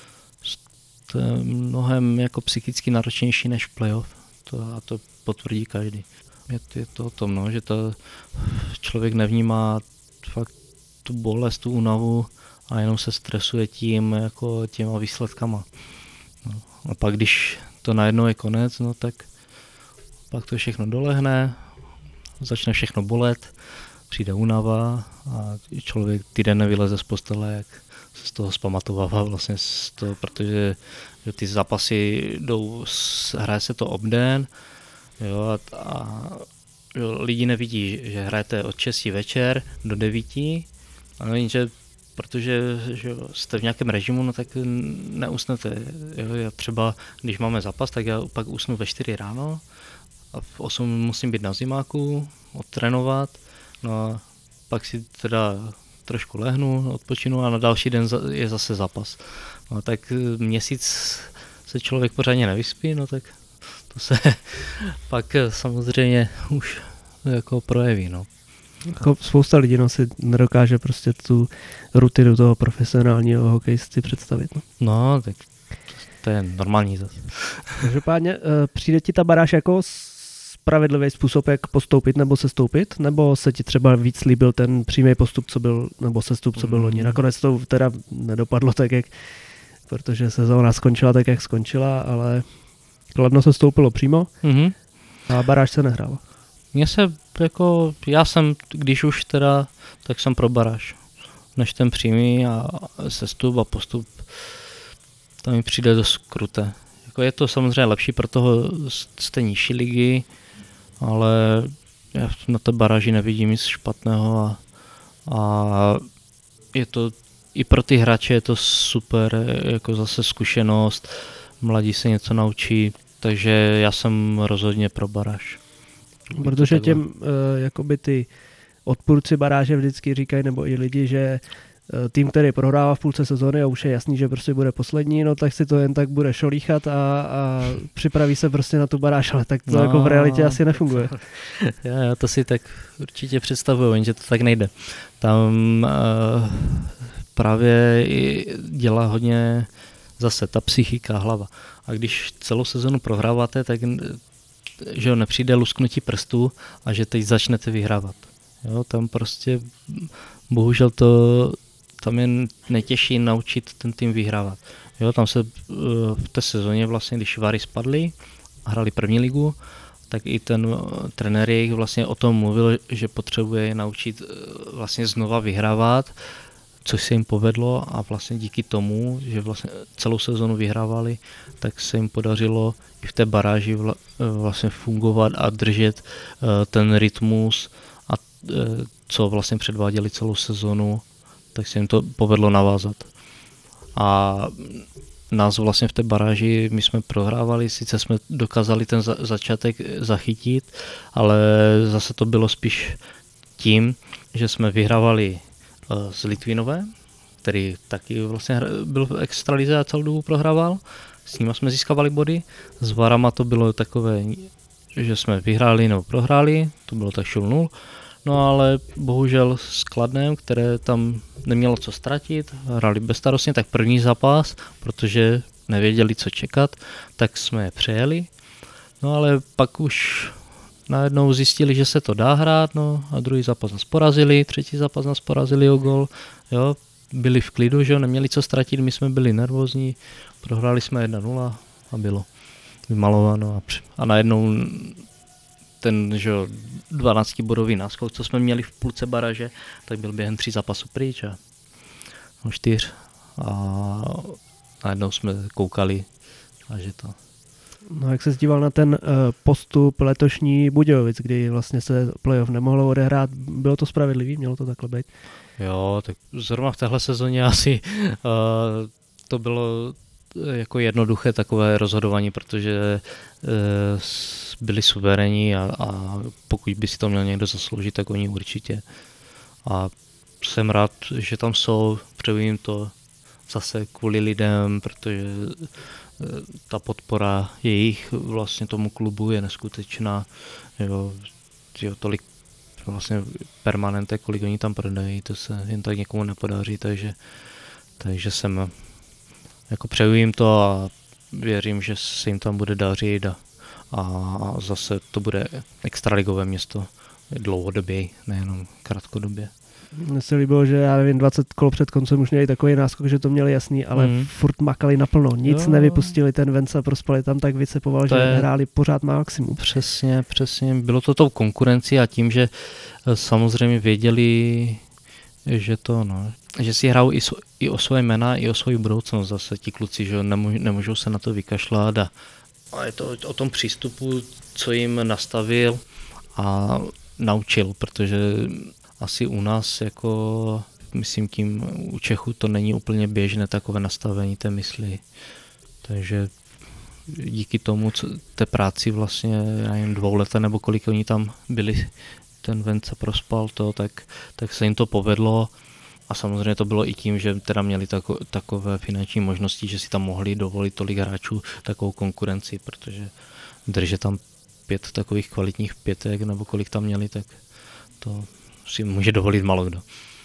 mnohem jako psychicky náročnější než playoff. A to potvrdí každý. Je to o tom, no, že to člověk nevnímá fakt tu bolest, tu únavu a jenom se stresuje těma výsledkama. No, a pak když to najednou je konec, no tak pak to všechno dolehne, začne všechno bolet, přijde únava a člověk týden nevyleze z postele, jak se z toho zpamatovává vlastně protože že ty zápasy jdou, hraje se to obden, jo, a lidi nevidí, že hrajete od 6 večer do 9, ale že protože že jste v nějakém režimu, no tak neusnete. Jo, já třeba, když máme zápas, tak já pak usnu ve 4 ráno a v 8 musím být na zimáku, odtrénovat, no a pak si teda trošku lehnu, odpočinu a na další den je zase zápas. No tak měsíc se člověk pořádně nevyspí, no tak to se pak samozřejmě už jako projeví, no. Jako spousta lidí si nedokáže prostě tu rutinu toho profesionálního hokejisty představit. No, tak to je normální zase. Každopádně přijde ti ta baráž jako spravedlivý způsob, jak postoupit nebo sestoupit? Nebo se ti třeba víc líbil ten přímý postup, co byl, nebo sestup, co byl loni? Nakonec to teda nedopadlo tak, jak, protože sezóna skončila tak, jak skončila, ale Kladno se stoupilo přímo a baráž se nehrála. Já jsem, když už teda, tak jsem pro baráž. Než ten přímý a sestup a postup, to mi přijde dost kruté. Jako je to samozřejmě lepší pro toho z té nižší ligy, ale já na té baráži nevidím nic špatného a je to i pro ty hráče je to super, jako zase zkušenost, mladí se něco naučí, takže já jsem rozhodně pro baráž. Protože těm jakoby ty odpůrci baráže vždycky říkají, nebo i lidi, že tým, který prohrává v půlce sezóny a už je jasný, že prostě bude poslední, no tak si to jen tak bude šolíchat a připraví se prostě na tu baráž, ale tak to jako v realitě asi nefunguje. Já to si tak určitě představuju, jenže to tak nejde. Tam právě dělá hodně zase ta psychika, hlava. A když celou sezonu prohráváte, tak že nepřijde lusknutí prstů a že teď začnete vyhrávat. Jo, tam prostě bohužel tam je nejtěžší naučit ten tým vyhrávat. Jo, tam se v té sezóně vlastně, když Vary spadli a hrali první ligu, tak i ten trenér jejich vlastně o tom mluvil, že potřebuje naučit vlastně znova vyhrávat, což se jim povedlo a vlastně díky tomu, že vlastně celou sezonu vyhrávali, tak se jim podařilo i v té baráži vlastně fungovat a držet ten rytmus a co vlastně předváděli celou sezonu, tak se jim to povedlo navázat. A nás vlastně v té baráži, my jsme prohrávali, sice jsme dokázali ten začátek zachytit, ale zase to bylo spíš tím, že jsme vyhrávali z Litvinové, který taky vlastně byl v extralize a celou dobu prohrával. S nimi jsme získávali body. S Varama to bylo takové, že jsme vyhráli nebo prohráli, to bylo tak 0. No ale bohužel s Kladnem, které tam nemělo co ztratit, hráli bezstarostně, tak první zápas, protože nevěděli, co čekat, tak jsme je přejeli. No ale pak už najednou zjistili, že se to dá hrát, no a druhý zápas nás porazili, třetí zápas nás porazili o gol, jo, byli v klidu, že jo, neměli co ztratit, my jsme byli nervózní, prohráli jsme 1-0 a bylo vymalováno a najednou ten, že jo, 12bodový náskok, co jsme měli v půlce baraže, tak byl během 3 zápasů pryč a 4 a najednou jsme koukali a že to. No jak se díval na ten postup letošní Budějovic, kdy vlastně se playoff nemohlo odehrát, bylo to spravedlivý, mělo to takhle být? Jo, tak zrovna v téhle sezóně asi to bylo jako jednoduché takové rozhodování, protože byli suverénní a pokud by si to měl někdo zasloužit, tak oni určitě. A jsem rád, že tam jsou, přeju jim to zase kvůli lidem, protože ta podpora jejich vlastně tomu klubu je neskutečná. Jo, tolik vlastně permanentek, kolik oni tam prodají, to se jen tak někomu nepodaří, takže jsem jako přeju jim to a věřím, že se jim tam bude dařit a zase to bude extraligové město dlouhodobě, nejenom krátkodobě. Mně se líbilo, že já nevím, 20 kol před koncem už měli takový náskok, že to měli jasný, ale furt makali naplno. Nic nevypustili, ten Venca prospali tam tak vycepoval, že hráli pořád maximum. Přesně. Bylo to tou konkurencí a tím, že samozřejmě věděli, že si hrajou i o svoje jména, i o svoji budoucnost zase ti kluci, že nemůžou se na to vykašlat a je to o tom přístupu, co jim nastavil a naučil, protože asi u nás, jako myslím tím u Čechů, to není úplně běžné takové nastavení té mysli. Takže díky tomu, té práci vlastně, já nevím, 2 leta nebo kolik oni tam byli, ten Venca prospal to, tak se jim to povedlo. A samozřejmě to bylo i tím, že teda měli takové finanční možnosti, že si tam mohli dovolit tolik hráčů, takovou konkurenci, protože držet tam 5 takových kvalitních pětek, nebo kolik tam měli, tak to si může dovolit málo kdo.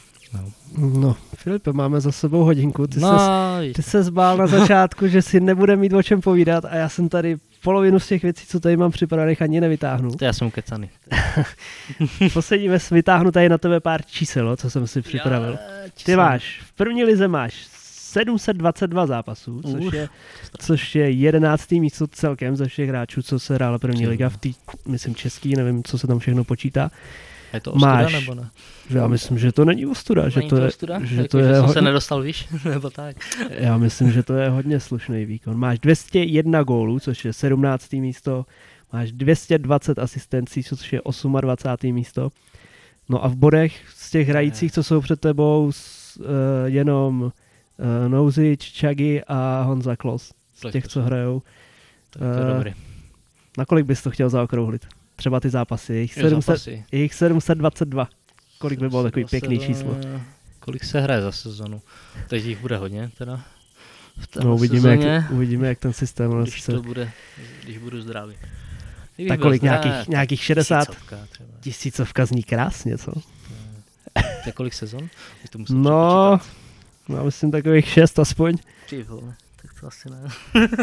No, Filipe, máme za sebou hodinku. Ty se zbál na začátku, že si nebude mít o čem povídat a já jsem tady polovinu z těch věcí, co tady mám připravených, ani nevytáhnu. To já jsem kecaný. Posledíme, vytáhnu tady na tebe pár čísel, co jsem si připravil. Ty máš, v první lize máš 722 zápasů, což je 11. místo celkem ze všech hráčů, co se hrála první liga v té, myslím, český, nevím, co se tam všechno počítá. Je to ostuda, nebo ne? Já myslím, že to není ostuda. Že to je jsem se nedostal, víš? Nebo tak. Já myslím, že to je hodně slušný výkon. Máš 201 gólů, což je 17. místo. Máš 220 asistencí, což je 28. místo. No a v bodech z těch hrajících, co jsou před tebou, jenom Nouzič, Čagi a Honza Klos. Z těch, co hrajou. Tak to je dobrý. Na kolik bys to chtěl zaokrouhlit? Třeba ty zápasy, jich 722. Kolik by bylo takový pěkný číslo? Kolik se hraje za sezonu? Teď jich bude hodně teda. No, uvidíme, jak ten systém. Když budu zdravý. Tak kolik, nějakých 60? Tisícovka zní krásně, co? To je kolik sezon? No, já myslím takových 6 aspoň. Tak to asi ne.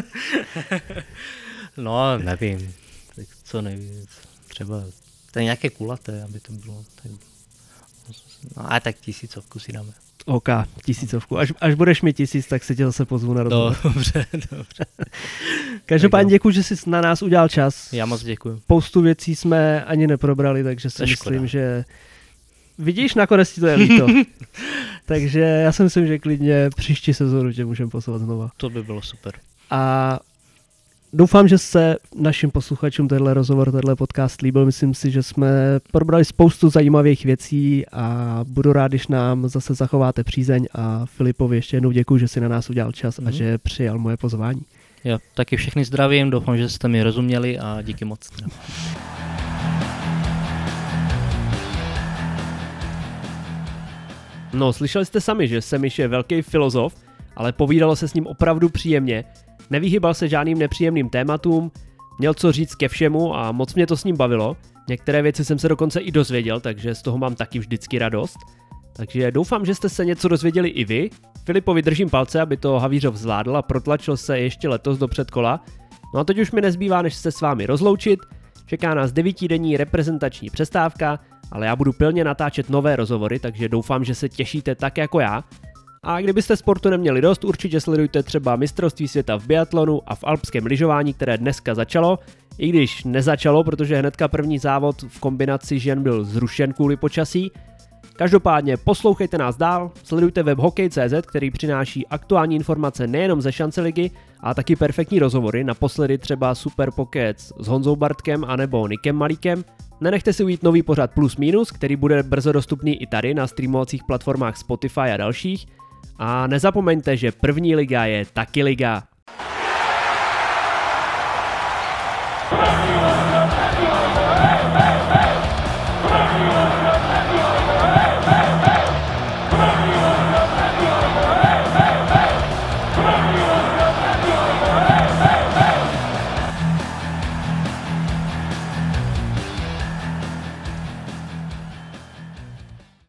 No, nevím. Tak co nejvíc, třeba to je nějaké kulaté, aby to bylo. No a tak 1000 si dáme. OK, 1000. Až budeš mít 1000, tak si tě zase pozvu na rozhovor. Dobře. Každopádně děkuji, že jsi na nás udělal čas. Já moc děkuji. Spoustu věcí jsme ani neprobrali, takže si myslím, že vidíš, nakonec ti to je líto. Takže já si myslím, že klidně příští sezónu tě můžeme poslat znova. To by bylo super. A doufám, že se našim posluchačům tenhle rozhovor, tenhle podcast líbil. Myslím si, že jsme probrali spoustu zajímavých věcí a budu rád, když nám zase zachováte přízeň a Filipovi ještě jednou děkuji, že si na nás udělal čas a že přijal moje pozvání. Jo, taky všechny zdravím, doufám, že jste mi rozuměli a díky moc. No, slyšeli jste sami, že Semiš je velký filozof, ale povídalo se s ním opravdu příjemně. Nevyhýbal se žádným nepříjemným tématům, měl co říct ke všemu a moc mě to s ním bavilo. Některé věci jsem se dokonce i dozvěděl, takže z toho mám taky vždycky radost. Takže doufám, že jste se něco dozvěděli i vy. Filipovi držím palce, aby to Havířov zvládl a protlačil se ještě letos do předkola. No a teď už mi nezbývá, než se s vámi rozloučit. Čeká nás 9denní reprezentační přestávka, ale já budu pilně natáčet nové rozhovory, takže doufám, že se těšíte tak jako já. A kdybyste sportu neměli dost, určitě sledujte třeba mistrovství světa v biatlonu a v alpském lyžování, které dneska začalo, i když nezačalo, protože hnedka první závod v kombinaci žen byl zrušen kvůli počasí. Každopádně poslouchejte nás dál, sledujte web hokej.cz, který přináší aktuální informace nejenom ze šance ligy, ale taky perfektní rozhovory, naposledy třeba Super Pokec s Honzou Bartkem anebo Nikem Malíkem. Nenechte si ujít nový pořad Plus Minus, který bude brzo dostupný i tady na streamovacích platformách Spotify a dalších. A nezapomeňte, že první liga je taky liga.